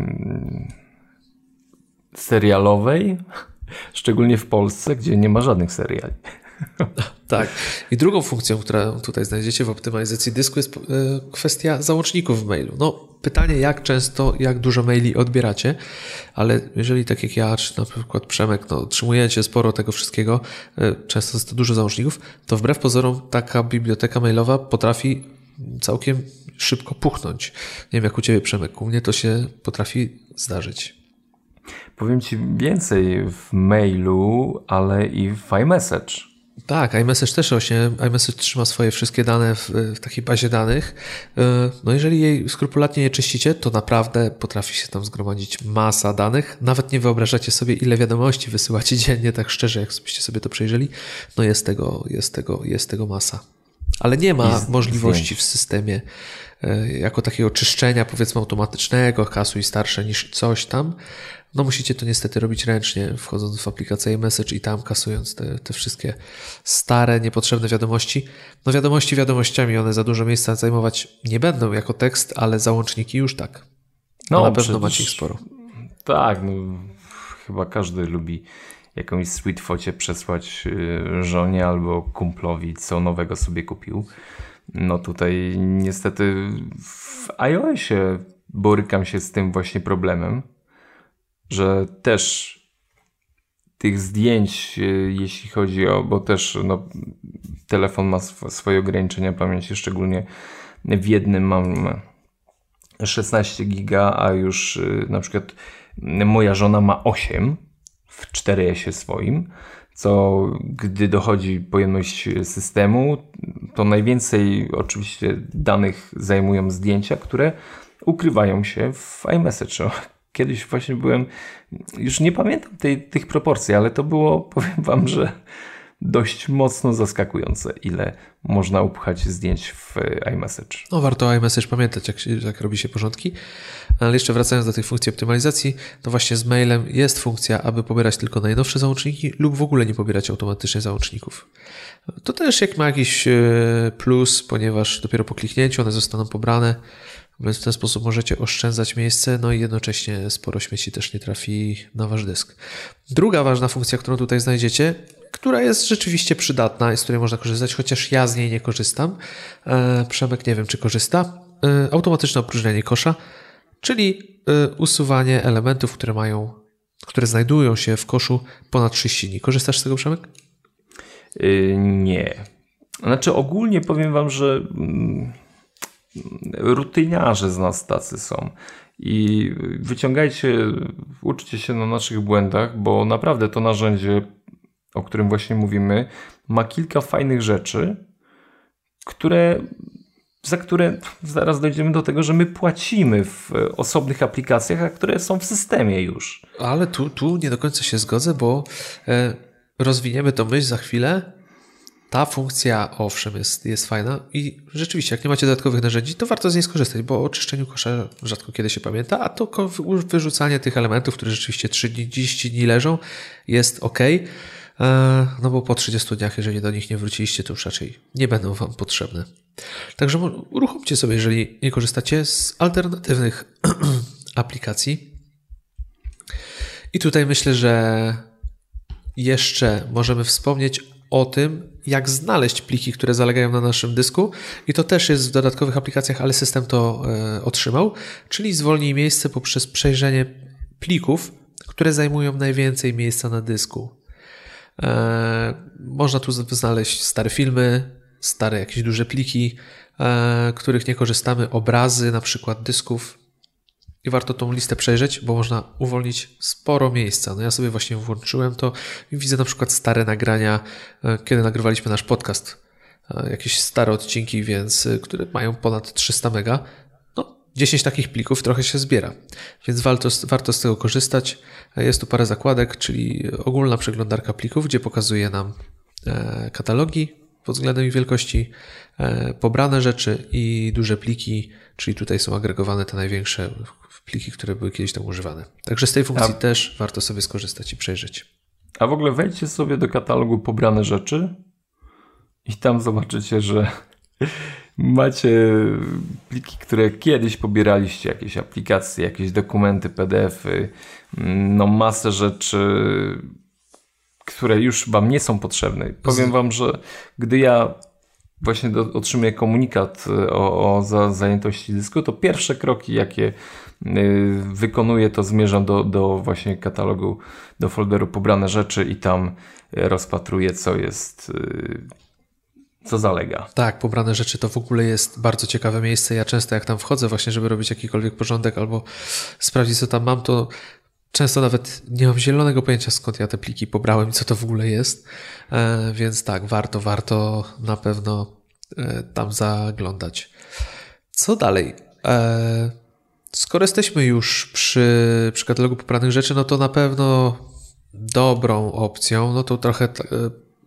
serialowej, szczególnie w Polsce, gdzie nie ma żadnych seriali. Tak. I drugą funkcją, którą tutaj znajdziecie w optymalizacji dysku, jest kwestia załączników w mailu. No pytanie, jak często, jak dużo maili odbieracie, ale jeżeli tak jak ja, czy na przykład Przemek, no, otrzymujecie sporo tego wszystkiego, często jest to dużo załączników, to wbrew pozorom taka biblioteka mailowa potrafi całkiem szybko puchnąć. Nie wiem jak u Ciebie, Przemek, u mnie to się potrafi zdarzyć. Powiem Ci więcej w mailu, ale i w iMessage. Tak, iMessage też rośnie. iMessage trzyma swoje wszystkie dane w, w takiej bazie danych. No jeżeli jej skrupulatnie nie czyścicie, to naprawdę potrafi się tam zgromadzić masa danych. Nawet nie wyobrażacie sobie, ile wiadomości wysyłacie dziennie, tak szczerze, jak byście sobie to przejrzeli. No jest tego, jest tego, jest tego masa. Ale nie ma możliwości w systemie jako takiego czyszczenia, powiedzmy, automatycznego, kasuj starsze niż coś tam. No musicie to niestety robić ręcznie, wchodząc w aplikację iMessage i tam kasując te, te wszystkie stare, niepotrzebne wiadomości. No wiadomości wiadomościami, one za dużo miejsca zajmować nie będą jako tekst, ale załączniki już tak. No, no na pewno macie ich sporo. Tak, no, chyba każdy lubi jakąś sweet focie przesłać żonie albo kumplowi, co nowego sobie kupił. No tutaj niestety w iOSie borykam się z tym właśnie problemem, że też tych zdjęć, jeśli chodzi o, bo też no, telefon ma sw- swoje ograniczenia pamięci, szczególnie w jednym mam szesnaście giga, a już na przykład moja żona ma osiem w cztery esie swoim, co gdy dochodzi pojemność systemu, to najwięcej oczywiście danych zajmują zdjęcia, które ukrywają się w iMessage. Kiedyś właśnie byłem, już nie pamiętam tej, tych proporcji, ale to było, powiem wam, że dość mocno zaskakujące, ile można upchać zdjęć w iMessage. No warto o iMessage pamiętać, jak, jak robi się porządki. Ale jeszcze wracając do tej funkcji optymalizacji, to właśnie z mailem jest funkcja, aby pobierać tylko najnowsze załączniki lub w ogóle nie pobierać automatycznie załączników. To też jak ma jakiś plus, ponieważ dopiero po kliknięciu one zostaną pobrane, więc w ten sposób możecie oszczędzać miejsce, no i jednocześnie sporo śmieci też nie trafi na wasz dysk. Druga ważna funkcja, którą tutaj znajdziecie, która jest rzeczywiście przydatna i z której można korzystać, chociaż ja z niej nie korzystam. E, Przemek nie wiem, czy korzysta. E, automatyczne opróżnianie kosza, czyli e, usuwanie elementów, które mają, które znajdują się w koszu ponad trzydzieści dni. Korzystasz z tego, Przemek? Yy, nie. Znaczy ogólnie powiem wam, że mm, rutyniarze z nas tacy są. I wyciągajcie, uczcie się na naszych błędach, bo naprawdę to narzędzie, o którym właśnie mówimy, ma kilka fajnych rzeczy, które, za które zaraz dojdziemy do tego, że my płacimy w osobnych aplikacjach, a które są w systemie już. Ale tu, tu nie do końca się zgodzę, bo e, rozwiniemy tą myśl za chwilę. Ta funkcja, owszem, jest, jest fajna i rzeczywiście, jak nie macie dodatkowych narzędzi, to warto z niej skorzystać, bo o oczyszczeniu kosza rzadko kiedy się pamięta, a to wyrzucanie tych elementów, które rzeczywiście trzydzieści dni leżą, jest ok. No bo po trzydziestu dniach, jeżeli do nich nie wróciliście, to już raczej nie będą wam potrzebne. Także uruchomcie sobie, jeżeli nie korzystacie z alternatywnych aplikacji. I tutaj myślę, że jeszcze możemy wspomnieć o tym, jak znaleźć pliki, które zalegają na naszym dysku, i to też jest w dodatkowych aplikacjach, ale system to e, otrzymał, czyli zwolnij miejsce poprzez przejrzenie plików, które zajmują najwięcej miejsca na dysku. E, można tu znaleźć stare filmy, stare jakieś duże pliki, e, których nie korzystamy, obrazy na przykład dysków. I warto tą listę przejrzeć, bo można uwolnić sporo miejsca. No ja sobie właśnie włączyłem to i widzę na przykład stare nagrania, kiedy nagrywaliśmy nasz podcast. Jakieś stare odcinki, więc które mają ponad trzysta mega. No, dziesięć takich plików trochę się zbiera. Więc warto, warto z tego korzystać. Jest tu parę zakładek, czyli ogólna przeglądarka plików, gdzie pokazuje nam katalogi pod względem ich wielkości, pobrane rzeczy i duże pliki, czyli tutaj są agregowane te największe pliki, które były kiedyś tam używane. Także z tej funkcji a, też warto sobie skorzystać i przejrzeć. A w ogóle wejdźcie sobie do katalogu pobrane rzeczy i tam zobaczycie, że macie pliki, które kiedyś pobieraliście, jakieś aplikacje, jakieś dokumenty, P D F-y, no masę rzeczy, które już wam nie są potrzebne. Powiem wam, że gdy ja właśnie do, otrzymuję komunikat o, o za, zajętości dysku, to pierwsze kroki, jakie y, wykonuję, to zmierzam do, do właśnie katalogu, do folderu pobrane rzeczy i tam rozpatruję, co jest, y, co zalega. Tak, pobrane rzeczy to w ogóle jest bardzo ciekawe miejsce. Ja często jak tam wchodzę właśnie, żeby robić jakikolwiek porządek albo sprawdzić, co tam mam, to często nawet nie mam zielonego pojęcia, skąd ja te pliki pobrałem i co to w ogóle jest, e, więc tak, warto, warto na pewno e, tam zaglądać. Co dalej? E, skoro jesteśmy już przy, przy katalogu pobranych rzeczy, no to na pewno dobrą opcją, no to trochę e,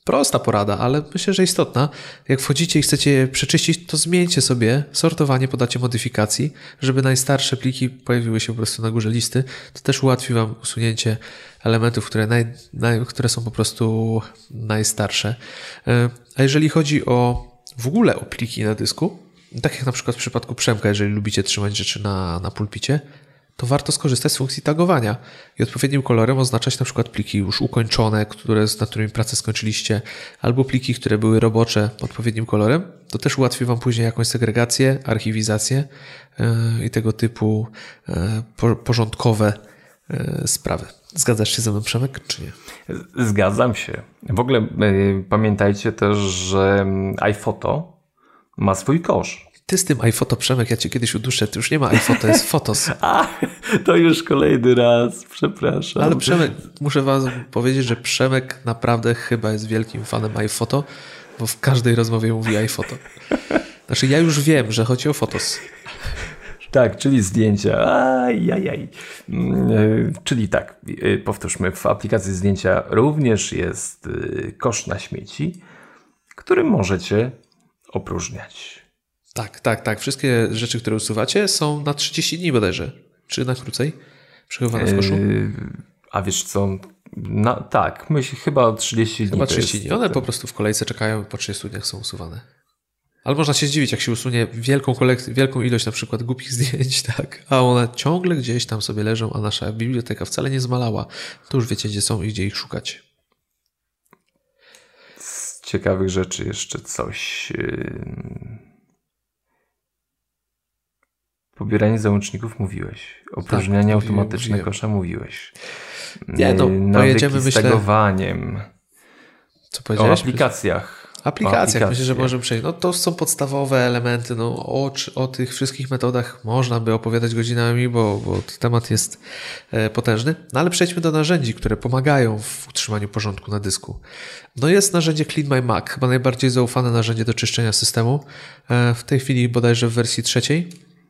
Prosta porada, ale myślę, że istotna. Jak wchodzicie i chcecie je przeczyścić, to zmieńcie sobie sortowanie, podacie modyfikacji, żeby najstarsze pliki pojawiły się po prostu na górze listy. To też ułatwi wam usunięcie elementów, które, naj, naj, które są po prostu najstarsze. A jeżeli chodzi o w ogóle o pliki na dysku, tak jak na przykład w przypadku Przemka, jeżeli lubicie trzymać rzeczy na, na pulpicie, to warto skorzystać z funkcji tagowania i odpowiednim kolorem oznaczać na przykład pliki już ukończone, które, nad którymi pracę skończyliście, albo pliki, które były robocze odpowiednim kolorem. To też ułatwi wam później jakąś segregację, archiwizację yy, i tego typu yy, po, porządkowe yy, sprawy. Zgadzasz się ze mną, Przemek, czy nie? Zgadzam się. W ogóle yy, pamiętajcie też, że iPhoto ma swój kosz. Ty z tym iPhoto, Przemek, ja cię kiedyś uduszę. To już nie ma iPhoto, to jest Fotos. A, to już kolejny raz, przepraszam. Ale Przemek, muszę wam powiedzieć, że Przemek naprawdę chyba jest wielkim fanem iPhoto, bo w każdej rozmowie mówi iPhoto. Znaczy ja już wiem, że chodzi o Fotos. Tak, czyli zdjęcia. Ajajaj. Czyli tak, powtórzmy, w aplikacji zdjęcia również jest kosz na śmieci, który możecie opróżniać. Tak, tak, tak. Wszystkie rzeczy, które usuwacie, są na trzydzieści dni bodajże. Czy na krócej? Przechowywane w koszu? Yy, a wiesz co? Na, tak, myślę chyba trzydzieści dni. Chyba trzydzieści dni. One po prostu w kolejce czekają i po trzydziestu dniach są usuwane. Ale można się zdziwić, jak się usunie wielką kolekcję, wielką ilość na przykład głupich zdjęć, tak, a one ciągle gdzieś tam sobie leżą, a nasza biblioteka wcale nie zmalała. To już wiecie, gdzie są i gdzie ich szukać. Z ciekawych rzeczy jeszcze coś... Yy... Pobieranie załączników mówiłeś. Opróżnianie tak, automatyczne mówiłem. Kosza mówiłeś. Nie, no, pojedziemy z tagowaniem. Co powiedziałeś? O aplikacjach. Aplikacjach, myślę, że możemy przejść. No to są podstawowe elementy. No, o, o tych wszystkich metodach można by opowiadać godzinami, bo, bo temat jest e, potężny. No ale przejdźmy do narzędzi, które pomagają w utrzymaniu porządku na dysku. No jest narzędzie Clean My Mac, chyba najbardziej zaufane narzędzie do czyszczenia systemu. E, w tej chwili bodajże w wersji trzeciej.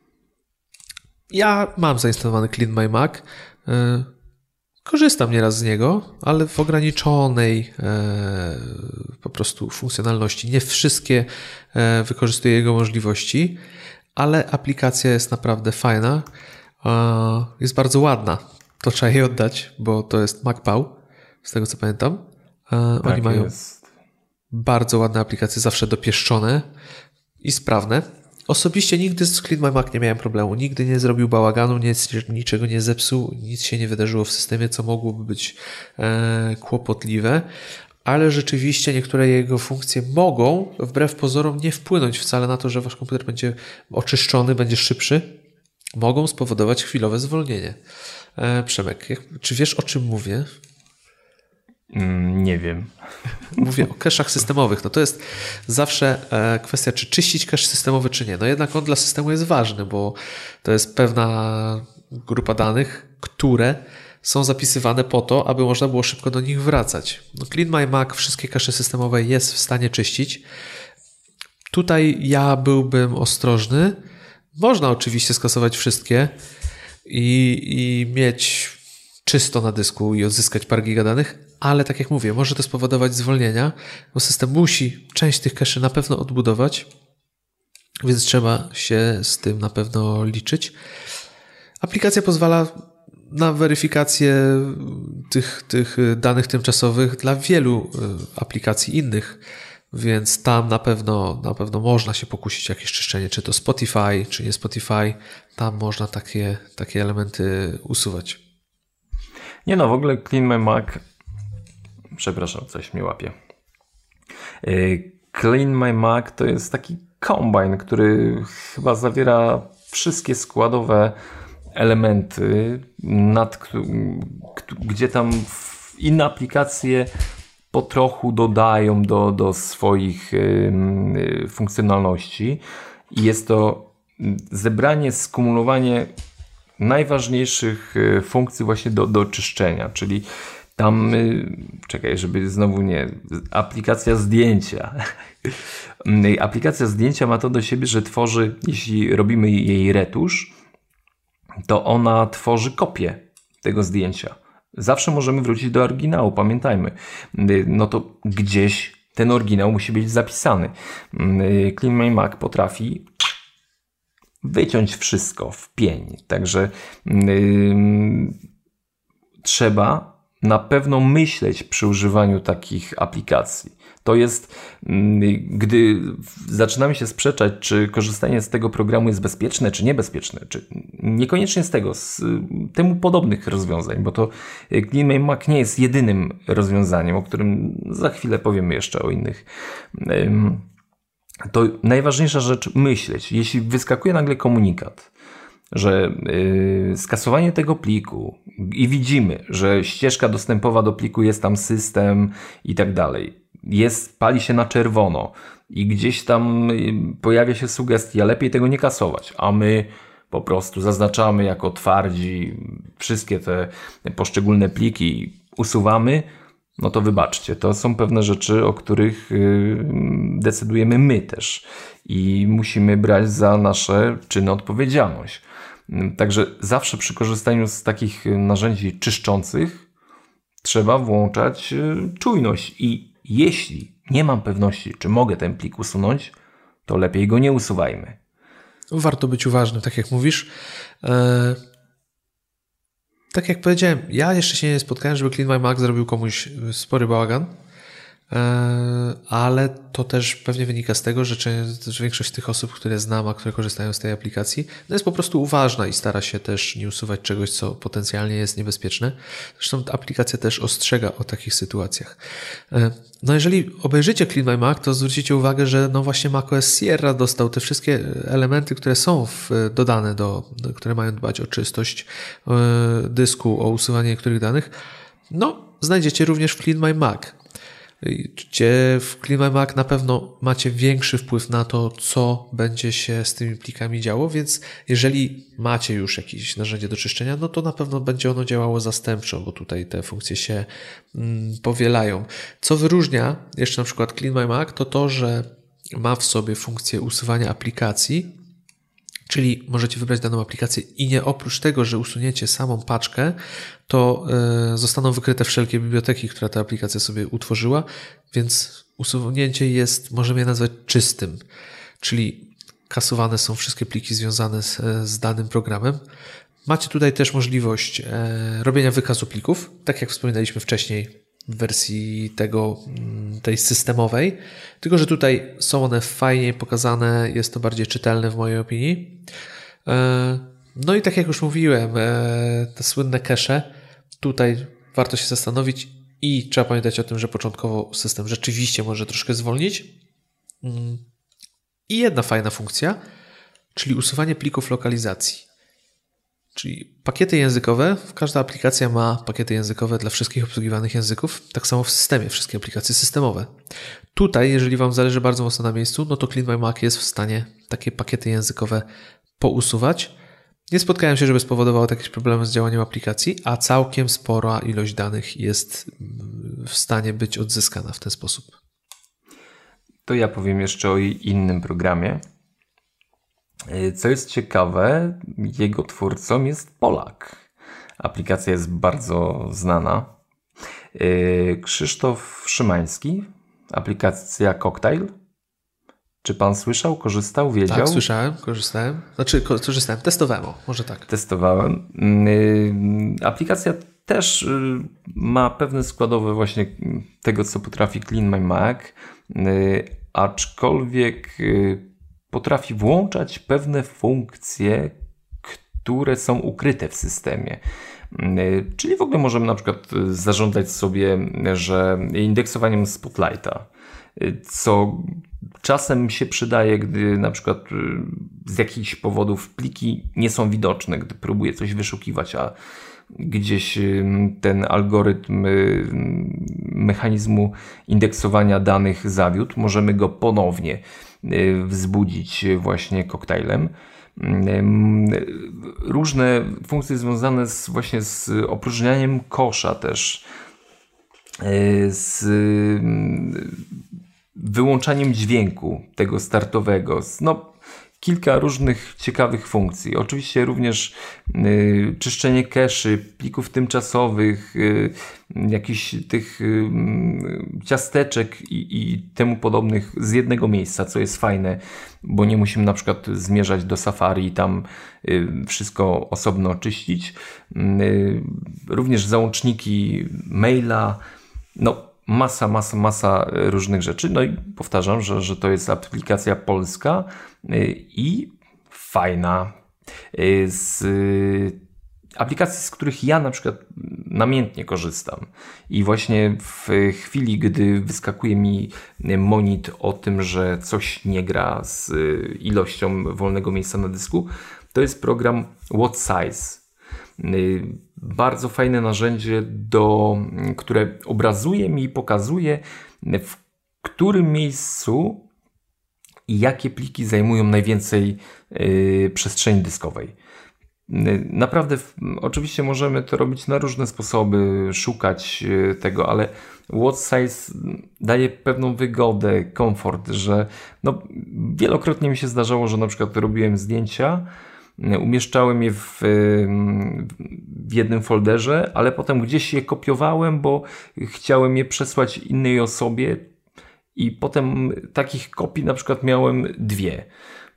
Ja mam zainstalowany Clean My Mac. E, Korzystam nieraz z niego, ale w ograniczonej e, po prostu funkcjonalności. Nie wszystkie e, wykorzystuję jego możliwości, ale aplikacja jest naprawdę fajna. E, jest bardzo ładna. To trzeba jej oddać, bo to jest MacPow, z tego co pamiętam. E, tak oni mają jest. Bardzo ładne aplikacje, zawsze dopieszczone i sprawne. Osobiście nigdy z Clean My Mac nie miałem problemu. Nigdy nie zrobił bałaganu, nic, niczego nie zepsuł, nic się nie wydarzyło w systemie, co mogłoby być e, kłopotliwe. Ale rzeczywiście niektóre jego funkcje mogą, wbrew pozorom, nie wpłynąć wcale na to, że wasz komputer będzie oczyszczony, będzie szybszy. Mogą spowodować chwilowe zwolnienie. E, Przemek, jak, czy wiesz, o czym mówię? Mm, nie wiem. Mówię o cache'ach systemowych. No to jest zawsze e, kwestia, czy czyścić cache systemowy, czy nie. No jednak on dla systemu jest ważny, bo to jest pewna grupa danych, które są zapisywane po to, aby można było szybko do nich wracać. No Clean My Mac wszystkie cache systemowe jest w stanie czyścić. Tutaj ja byłbym ostrożny. Można oczywiście skasować wszystkie i, i mieć czysto na dysku i odzyskać parę giga danych, ale tak jak mówię, może to spowodować zwolnienia, bo system musi część tych cache na pewno odbudować, więc trzeba się z tym na pewno liczyć. Aplikacja pozwala na weryfikację tych, tych danych tymczasowych dla wielu aplikacji innych, więc tam na pewno, na pewno można się pokusić jakieś czyszczenie, czy to Spotify, czy nie Spotify, tam można takie, takie elementy usuwać. Nie no, w ogóle Clean My Mac, przepraszam, coś mnie łapie. Clean My Mac to jest taki kombajn, który chyba zawiera wszystkie składowe elementy, nad, gdzie tam inne aplikacje po trochu dodają do, do swoich funkcjonalności. I jest to zebranie, skumulowanie najważniejszych funkcji właśnie do, do czyszczenia, czyli tam, czekaj, żeby znowu nie, aplikacja zdjęcia. Aplikacja zdjęcia ma to do siebie, że tworzy, jeśli robimy jej retusz, to ona tworzy kopię tego zdjęcia. Zawsze możemy wrócić do oryginału, pamiętajmy. No to gdzieś ten oryginał musi być zapisany. CleanMyMac potrafi wyciąć wszystko w pień. Także yy, trzeba na pewno myśleć przy używaniu takich aplikacji. To jest, gdy zaczynamy się sprzeczać, czy korzystanie z tego programu jest bezpieczne, czy niebezpieczne, czy niekoniecznie z tego, z temu podobnych rozwiązań, bo to CleanMyMac nie jest jedynym rozwiązaniem, o którym za chwilę powiemy jeszcze o innych. To najważniejsza rzecz myśleć. Jeśli wyskakuje nagle komunikat, że yy, skasowanie tego pliku i widzimy, że ścieżka dostępowa do pliku jest tam system i tak dalej, jest, pali się na czerwono i gdzieś tam pojawia się sugestia, lepiej tego nie kasować, a my po prostu zaznaczamy jako twardzi wszystkie te poszczególne pliki, usuwamy, no to wybaczcie, to są pewne rzeczy, o których yy, decydujemy my też i musimy brać za nasze czyny odpowiedzialność. Także zawsze przy korzystaniu z takich narzędzi czyszczących trzeba włączać czujność i jeśli nie mam pewności, czy mogę ten plik usunąć, to lepiej go nie usuwajmy. Warto być uważnym, tak jak mówisz. Eee, tak jak powiedziałem, ja jeszcze się nie spotkałem, żeby CleanMyMac zrobił komuś spory bałagan. Ale to też pewnie wynika z tego, że, że większość tych osób, które znam, a które korzystają z tej aplikacji, no jest po prostu uważna i stara się też nie usuwać czegoś, co potencjalnie jest niebezpieczne. Zresztą ta aplikacja też ostrzega o takich sytuacjach. No jeżeli obejrzycie CleanMyMac, to zwrócicie uwagę, że no właśnie macOS Sierra dostał te wszystkie elementy, które są w, dodane, do, do, które mają dbać o czystość dysku, o usuwanie niektórych danych, no znajdziecie również w CleanMyMac. Gdzie w CleanMyMac na pewno macie większy wpływ na to, co będzie się z tymi plikami działo, więc jeżeli macie już jakieś narzędzie do czyszczenia, no to na pewno będzie ono działało zastępczo, bo tutaj te funkcje się mm, powielają. Co wyróżnia jeszcze na przykład CleanMyMac, to to, że ma w sobie funkcję usuwania aplikacji, czyli możecie wybrać daną aplikację i nie oprócz tego, że usuniecie samą paczkę, to y, zostaną wykryte wszelkie biblioteki, które ta aplikacja sobie utworzyła, więc usunięcie jest, możemy je nazwać czystym, czyli kasowane są wszystkie pliki związane z, z danym programem. Macie tutaj też możliwość y, robienia wykazu plików, tak jak wspominaliśmy wcześniej w wersji tego, tej systemowej, tylko że tutaj są one fajnie pokazane, jest to bardziej czytelne w mojej opinii. No i tak jak już mówiłem, te słynne cache, tutaj warto się zastanowić i trzeba pamiętać o tym, że początkowo system rzeczywiście może troszkę zwolnić. I jedna fajna funkcja, czyli usuwanie plików lokalizacji. Czyli pakiety językowe, każda aplikacja ma pakiety językowe dla wszystkich obsługiwanych języków, tak samo w systemie, wszystkie aplikacje systemowe. Tutaj, jeżeli Wam zależy bardzo mocno na miejscu, no to CleanMyMac jest w stanie takie pakiety językowe pousuwać. Nie spotkałem się, żeby spowodowało jakieś problemy z działaniem aplikacji, a całkiem spora ilość danych jest w stanie być odzyskana w ten sposób. To ja powiem jeszcze o innym programie. Co jest ciekawe, jego twórcą jest Polak. Aplikacja jest bardzo znana. Krzysztof Szymański, aplikacja Cocktail. Czy pan słyszał, korzystał, wiedział? Tak, słyszałem, korzystałem. Znaczy, korzystałem, testowałem, może tak. Testowałem. Aplikacja też ma pewne składowe właśnie tego, co potrafi CleanMyMac, aczkolwiek potrafi włączać pewne funkcje, które są ukryte w systemie. Czyli w ogóle możemy na przykład zarządzać sobie, że indeksowaniem Spotlighta, co czasem się przydaje, gdy na przykład z jakichś powodów pliki nie są widoczne, gdy próbuję coś wyszukiwać, a gdzieś ten algorytm mechanizmu indeksowania danych zawiódł, możemy go ponownie wzbudzić właśnie koktajlem. Różne funkcje związane z, właśnie z opróżnianiem kosza też, z wyłączaniem dźwięku tego startowego. No, kilka różnych ciekawych funkcji. Oczywiście również y, czyszczenie cache'y, plików tymczasowych, y, jakichś tych y, ciasteczek i, i temu podobnych z jednego miejsca, co jest fajne, bo nie musimy na przykład zmierzać do Safari i tam y, wszystko osobno czyścić. Y, również załączniki maila, no masa, masa, masa różnych rzeczy. No i powtarzam, że, że to jest aplikacja polska i fajna. Z aplikacji, z których ja na przykład namiętnie korzystam i właśnie w chwili, gdy wyskakuje mi monit o tym, że coś nie gra z ilością wolnego miejsca na dysku, to jest program What Size. Bardzo fajne narzędzie, do, które obrazuje mi i pokazuje, w którym miejscu i jakie pliki zajmują najwięcej y, przestrzeni dyskowej. Naprawdę, oczywiście możemy to robić na różne sposoby, szukać tego, ale What Size daje pewną wygodę, komfort, że no, wielokrotnie mi się zdarzało, że na przykład robiłem zdjęcia, umieszczałem je w, w jednym folderze, ale potem gdzieś je kopiowałem, bo chciałem je przesłać innej osobie i potem takich kopii na przykład miałem dwie.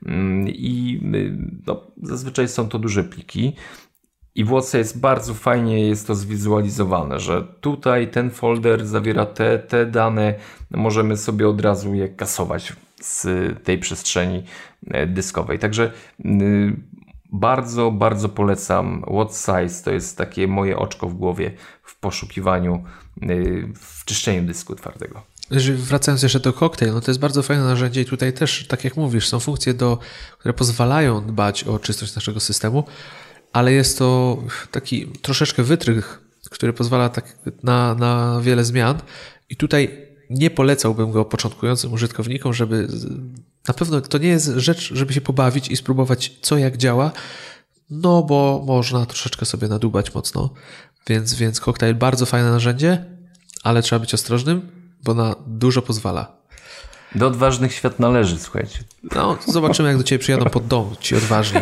I no, zazwyczaj są to duże pliki. I w What's jest bardzo fajnie jest to zwizualizowane, że tutaj ten folder zawiera te, te dane, możemy sobie od razu je kasować z tej przestrzeni dyskowej. Także yy, bardzo, bardzo polecam What Size, to jest takie moje oczko w głowie w poszukiwaniu, yy, w czyszczeniu dysku twardego. Wracając jeszcze do Cocktail, no to jest bardzo fajne narzędzie i tutaj też, tak jak mówisz, są funkcje, do, które pozwalają dbać o czystość naszego systemu, ale jest to taki troszeczkę wytrych, który pozwala tak na, na wiele zmian i tutaj nie polecałbym go początkującym użytkownikom, żeby na pewno to nie jest rzecz, żeby się pobawić i spróbować co jak działa, no bo można troszeczkę sobie nadubać mocno, więc, więc Cocktail bardzo fajne narzędzie, ale trzeba być ostrożnym, bo na dużo pozwala. Do odważnych świat należy, słuchajcie. No, zobaczymy, jak do ciebie przyjadą pod dom ci odważni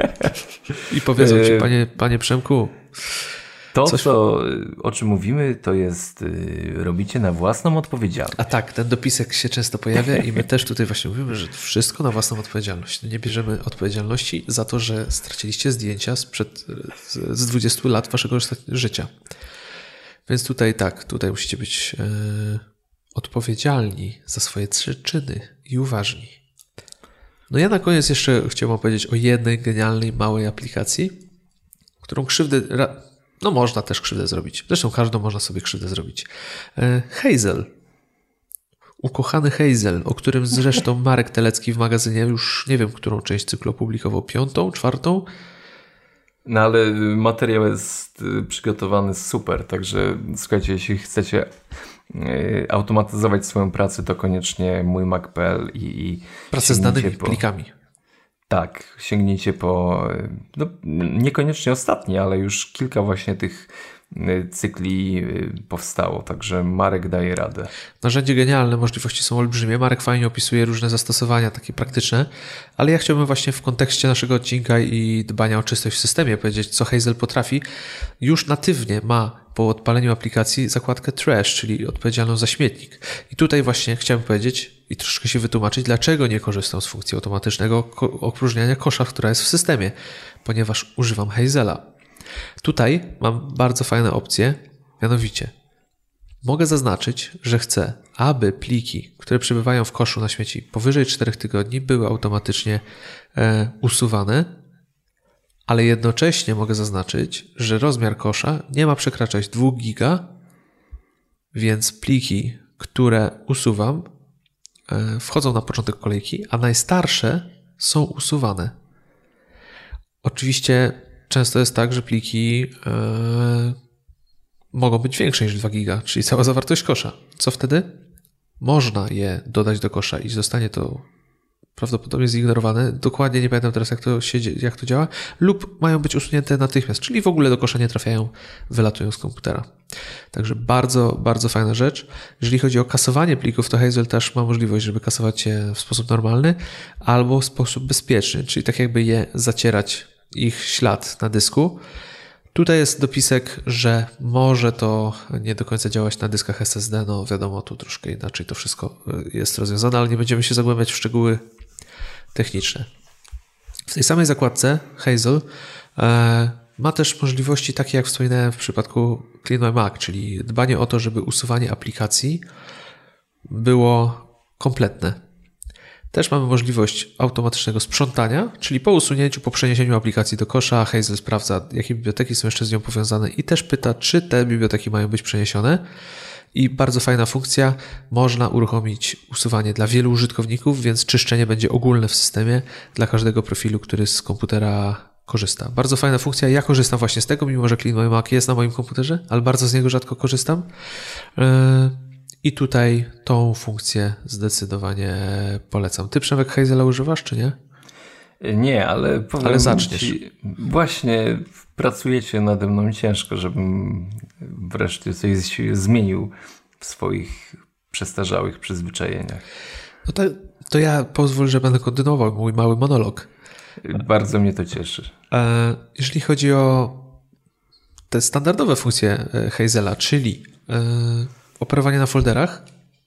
i powiedzą ci, panie, panie Przemku. To, coś... co, o czym mówimy, to jest yy, robicie na własną odpowiedzialność. A tak, ten dopisek się często pojawia i my też tutaj właśnie mówimy, że wszystko na własną odpowiedzialność. Nie bierzemy odpowiedzialności za to, że straciliście zdjęcia sprzed, z dwudziestu lat waszego życia. Więc tutaj tak, tutaj musicie być yy, odpowiedzialni za swoje czyny i uważni. No ja na koniec jeszcze chciałbym opowiedzieć o jednej genialnej, małej aplikacji, którą krzywdę, no można też krzywdę zrobić. Zresztą każdą można sobie krzywdę zrobić. Yy, Hazel. Ukochany Hazel, o którym zresztą Marek Telecki w magazynie już nie wiem, którą część cyklu opublikował, piątą, czwartą. No ale materiał jest przygotowany super, także słuchajcie, jeśli chcecie automatyzować swoją pracę, to koniecznie mój mac kropka p l i, i pracę z danymi po... plikami. Tak, sięgnijcie po no, niekoniecznie ostatni, ale już kilka właśnie tych cykli powstało, także Marek daje radę. Narzędzie genialne, możliwości są olbrzymie. Marek fajnie opisuje różne zastosowania takie praktyczne, ale ja chciałbym właśnie w kontekście naszego odcinka i dbania o czystość w systemie powiedzieć, co Hazel potrafi. Już natywnie ma po odpaleniu aplikacji zakładkę Trash, czyli odpowiedzialną za śmietnik. I tutaj właśnie chciałem powiedzieć i troszkę się wytłumaczyć, dlaczego nie korzystam z funkcji automatycznego opróżniania kosza, która jest w systemie, ponieważ używam Hazela. Tutaj mam bardzo fajne opcje, mianowicie mogę zaznaczyć, że chcę, aby pliki, które przebywają w koszu na śmieci powyżej czterech tygodni były automatycznie e, usuwane, ale jednocześnie mogę zaznaczyć, że rozmiar kosza nie ma przekraczać dwa giga, więc pliki, które usuwam, e, wchodzą na początek kolejki, a najstarsze są usuwane. Oczywiście często jest tak, że pliki yy, mogą być większe niż dwa giga, czyli cała zawartość kosza. Co wtedy? Można je dodać do kosza i zostanie to prawdopodobnie zignorowane. Dokładnie nie pamiętam teraz, jak to, się, jak to działa. Lub mają być usunięte natychmiast, czyli w ogóle do kosza nie trafiają, wylatują z komputera. Także bardzo, bardzo fajna rzecz. Jeżeli chodzi o kasowanie plików, to Hazel też ma możliwość, żeby kasować je w sposób normalny albo w sposób bezpieczny, czyli tak jakby je zacierać ich ślad na dysku. Tutaj jest dopisek, że może to nie do końca działać na dyskach S S D, no wiadomo, tu troszkę inaczej to wszystko jest rozwiązane, ale nie będziemy się zagłębiać w szczegóły techniczne. W tej samej zakładce Hazel e, ma też możliwości takie, jak wspominałem w przypadku Clean My Mac, czyli dbanie o to, żeby usuwanie aplikacji było kompletne. Też mamy możliwość automatycznego sprzątania, czyli po usunięciu, po przeniesieniu aplikacji do kosza, Hazel sprawdza, jakie biblioteki są jeszcze z nią powiązane i też pyta, czy te biblioteki mają być przeniesione. I bardzo fajna funkcja, można uruchomić usuwanie dla wielu użytkowników, więc czyszczenie będzie ogólne w systemie dla każdego profilu, który z komputera korzysta. Bardzo fajna funkcja, ja korzystam właśnie z tego, mimo że Clean My Mac jest na moim komputerze, ale bardzo z niego rzadko korzystam. I tutaj tą funkcję zdecydowanie polecam. Ty, Przemek, Hazela używasz, czy nie? Nie, ale powiem ale zaczniesz. Ci, właśnie pracujecie nade mną ciężko, żebym wreszcie coś zmienił w swoich przestarzałych przyzwyczajeniach. No to, to ja pozwól, że będę kontynuował mój mały monolog. Bardzo mnie to cieszy. Jeżeli chodzi o te standardowe funkcje Hazela, czyli operowanie na folderach,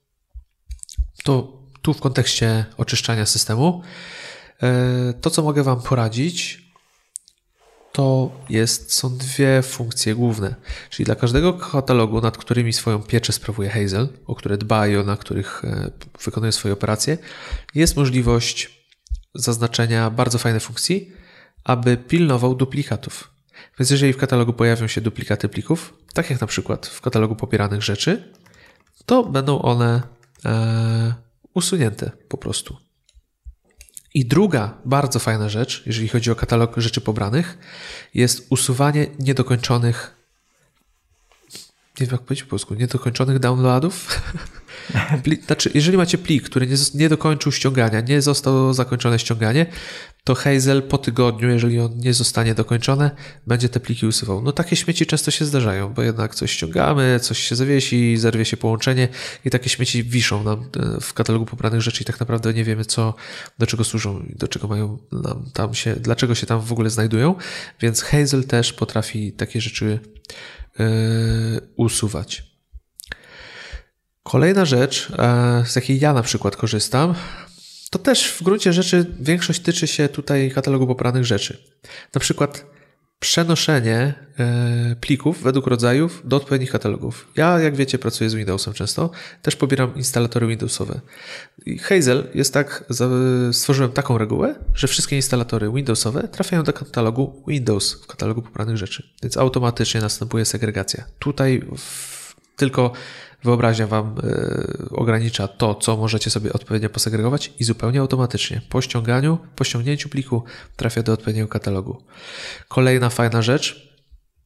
to tu w kontekście oczyszczania systemu to, co mogę Wam poradzić, to jest, są dwie funkcje główne. Czyli dla każdego katalogu, nad którymi swoją pieczę sprawuje Hazel, o które dba i na których wykonuje swoje operacje, jest możliwość zaznaczenia bardzo fajnej funkcji, aby pilnował duplikatów. Więc jeżeli w katalogu pojawią się duplikaty plików, tak jak na przykład w katalogu pobieranych rzeczy, to będą one e, usunięte po prostu. I druga bardzo fajna rzecz, jeżeli chodzi o katalog rzeczy pobranych, jest usuwanie niedokończonych, nie wiem jak powiedzieć po polsku, niedokończonych downloadów. Znaczy, jeżeli macie plik, który nie, nie dokończył ściągania, nie zostało zakończone ściąganie, to Hazel po tygodniu, jeżeli on nie zostanie dokończone, będzie te pliki usuwał. No takie śmieci często się zdarzają, bo jednak coś ściągamy, coś się zawiesi, zerwie się połączenie i takie śmieci wiszą nam w katalogu pobranych rzeczy i tak naprawdę nie wiemy, co, do czego służą i do czego mają nam tam się, dlaczego się tam w ogóle znajdują, więc Hazel też potrafi takie rzeczy yy, usuwać. Kolejna rzecz, z jakiej ja na przykład korzystam, to też w gruncie rzeczy większość tyczy się tutaj katalogu pobranych rzeczy. Na przykład przenoszenie plików według rodzajów do odpowiednich katalogów. Ja, jak wiecie, pracuję z Windowsem często, też pobieram instalatory Windowsowe. I Hazel jest tak, stworzyłem taką regułę, że wszystkie instalatory Windowsowe trafiają do katalogu Windows w katalogu pobranych rzeczy, więc automatycznie następuje segregacja. Tutaj w, tylko wyobraźnia Wam y, ogranicza to, co możecie sobie odpowiednio posegregować i zupełnie automatycznie po ściąganiu, po ściągnięciu pliku trafia do odpowiedniego katalogu. Kolejna fajna rzecz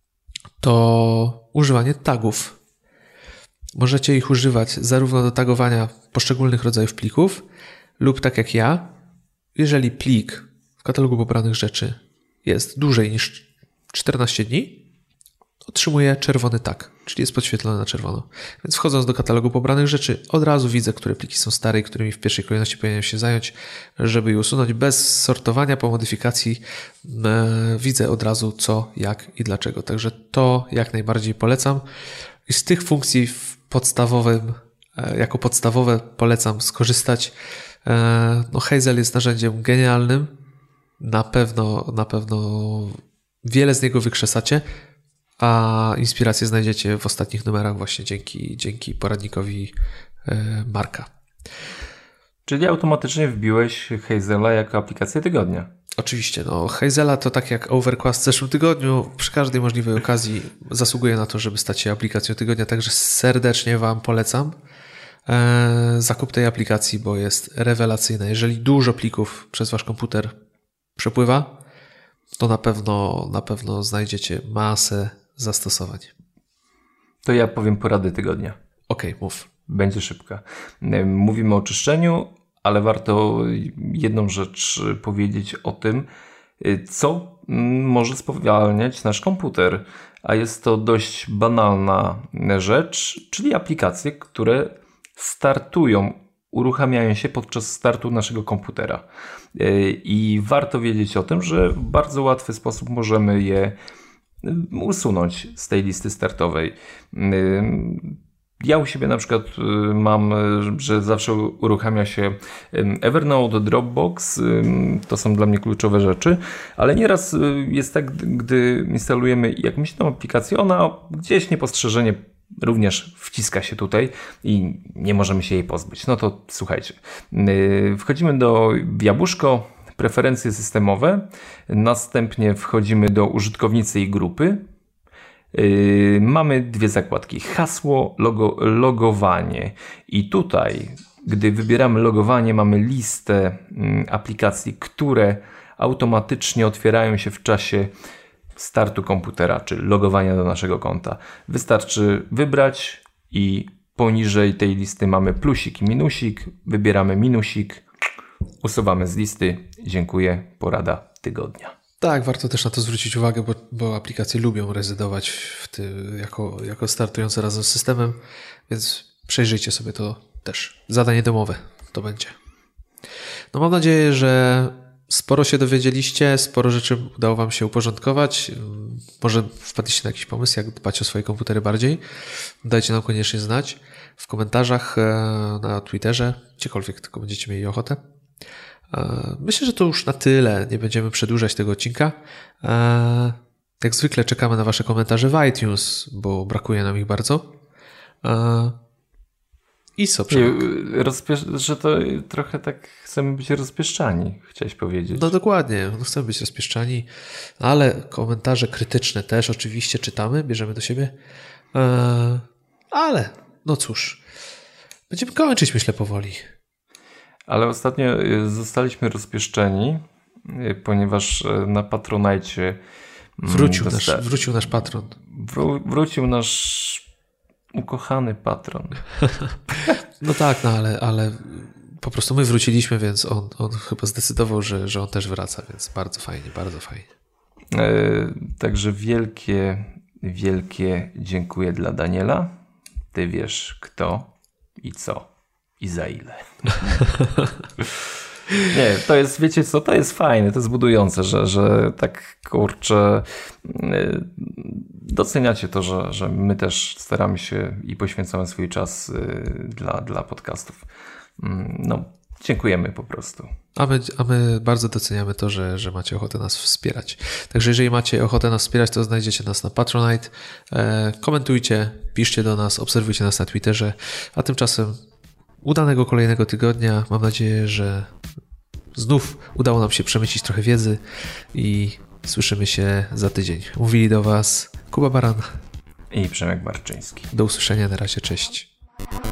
to używanie tagów. Możecie ich używać zarówno do tagowania poszczególnych rodzajów plików lub tak jak ja, jeżeli plik w katalogu pobranych rzeczy jest dłużej niż czternaście dni, otrzymuje czerwony tag, czyli jest podświetlony na czerwono. Więc wchodząc do katalogu pobranych rzeczy, od razu widzę, które pliki są stare i którymi w pierwszej kolejności powinienem się zająć, żeby je usunąć. Bez sortowania, po modyfikacji e, widzę od razu co, jak i dlaczego. Także to jak najbardziej polecam. I z tych funkcji w podstawowym, e, jako podstawowe polecam skorzystać. E, no Hazel jest narzędziem genialnym. Na pewno, na pewno wiele z niego wykrzesacie, a inspirację znajdziecie w ostatnich numerach właśnie dzięki, dzięki poradnikowi Marka. Czyli automatycznie wbiłeś Hazela jako aplikację tygodnia. Oczywiście, no Hazela to tak jak Overcast w zeszłym tygodniu, przy każdej możliwej okazji zasługuje na to, żeby stać się aplikacją tygodnia, także serdecznie Wam polecam e, zakup tej aplikacji, bo jest rewelacyjna. Jeżeli dużo plików przez Wasz komputer przepływa, to na pewno, na pewno znajdziecie masę zastosowań. To ja powiem porady tygodnia. Okej, okay, mów. Będzie szybka. Mówimy o czyszczeniu, ale warto jedną rzecz powiedzieć o tym, co może spowalniać nasz komputer. a jest to dość banalna rzecz, czyli aplikacje, które startują, uruchamiają się podczas startu naszego komputera. I warto wiedzieć o tym, że w bardzo łatwy sposób możemy je usunąć z tej listy startowej. Ja u siebie na przykład mam, że zawsze uruchamia się Evernote, Dropbox, to są dla mnie kluczowe rzeczy, ale nieraz jest tak, gdy instalujemy jakąś tą aplikację, ona gdzieś niepostrzeżenie również wciska się tutaj i nie możemy się jej pozbyć. No to słuchajcie, wchodzimy do Jabłuszko, preferencje systemowe, następnie wchodzimy do użytkownicy i grupy. Yy, mamy dwie zakładki, hasło, logo, logowanie i tutaj, gdy wybieramy logowanie, mamy listę yy, aplikacji, które automatycznie otwierają się w czasie startu komputera, czy logowania do naszego konta. Wystarczy wybrać i poniżej tej listy mamy plusik i minusik, wybieramy minusik, usuwamy z listy, dziękuję, porada tygodnia. Tak, warto też na to zwrócić uwagę, bo, bo aplikacje lubią rezydować w ty, jako, jako startujące razem z systemem, więc przejrzyjcie sobie to też. Zadanie domowe to będzie. No mam nadzieję, że sporo się dowiedzieliście, sporo rzeczy udało wam się uporządkować. Może wpadliście na jakiś pomysł, jak dbać o swoje komputery bardziej. Dajcie nam koniecznie znać w komentarzach na Twitterze, gdziekolwiek tylko będziecie mieli ochotę. Myślę, że to już na tyle. Nie będziemy przedłużać tego odcinka. Jak zwykle czekamy na wasze komentarze w iTunes, bo brakuje nam ich bardzo. I co? Rozpiesz- że to trochę tak chcemy być rozpieszczani, chciałeś powiedzieć. No dokładnie, no chcemy być rozpieszczani, ale komentarze krytyczne też oczywiście czytamy, bierzemy do siebie. Ale no cóż, będziemy kończyć, myślę, powoli. Ale ostatnio zostaliśmy rozpieszczeni, ponieważ na Patronite wrócił, dosta- nasz, wrócił nasz patron. Wró- wrócił nasz ukochany patron. No tak, no ale, ale po prostu my wróciliśmy, więc on, on chyba zdecydował, że, że on też wraca, więc bardzo fajnie, bardzo fajnie. E, także wielkie, wielkie dziękuję dla Daniela. Ty wiesz kto i co. I za ile? Nie, to jest, wiecie co, to jest fajne, to jest budujące, że, że tak kurczę doceniacie to, że, że my też staramy się i poświęcamy swój czas dla, dla podcastów. No, dziękujemy po prostu. A my, a my bardzo doceniamy to, że, że macie ochotę nas wspierać. Także jeżeli macie ochotę nas wspierać, to znajdziecie nas na Patronite. E, komentujcie, piszcie do nas, obserwujcie nas na Twitterze, a tymczasem udanego kolejnego tygodnia. Mam nadzieję, że znów udało nam się przemycić trochę wiedzy i słyszymy się za tydzień. Mówili do Was Kuba Baran i Przemek Barczyński. Do usłyszenia, na razie, cześć.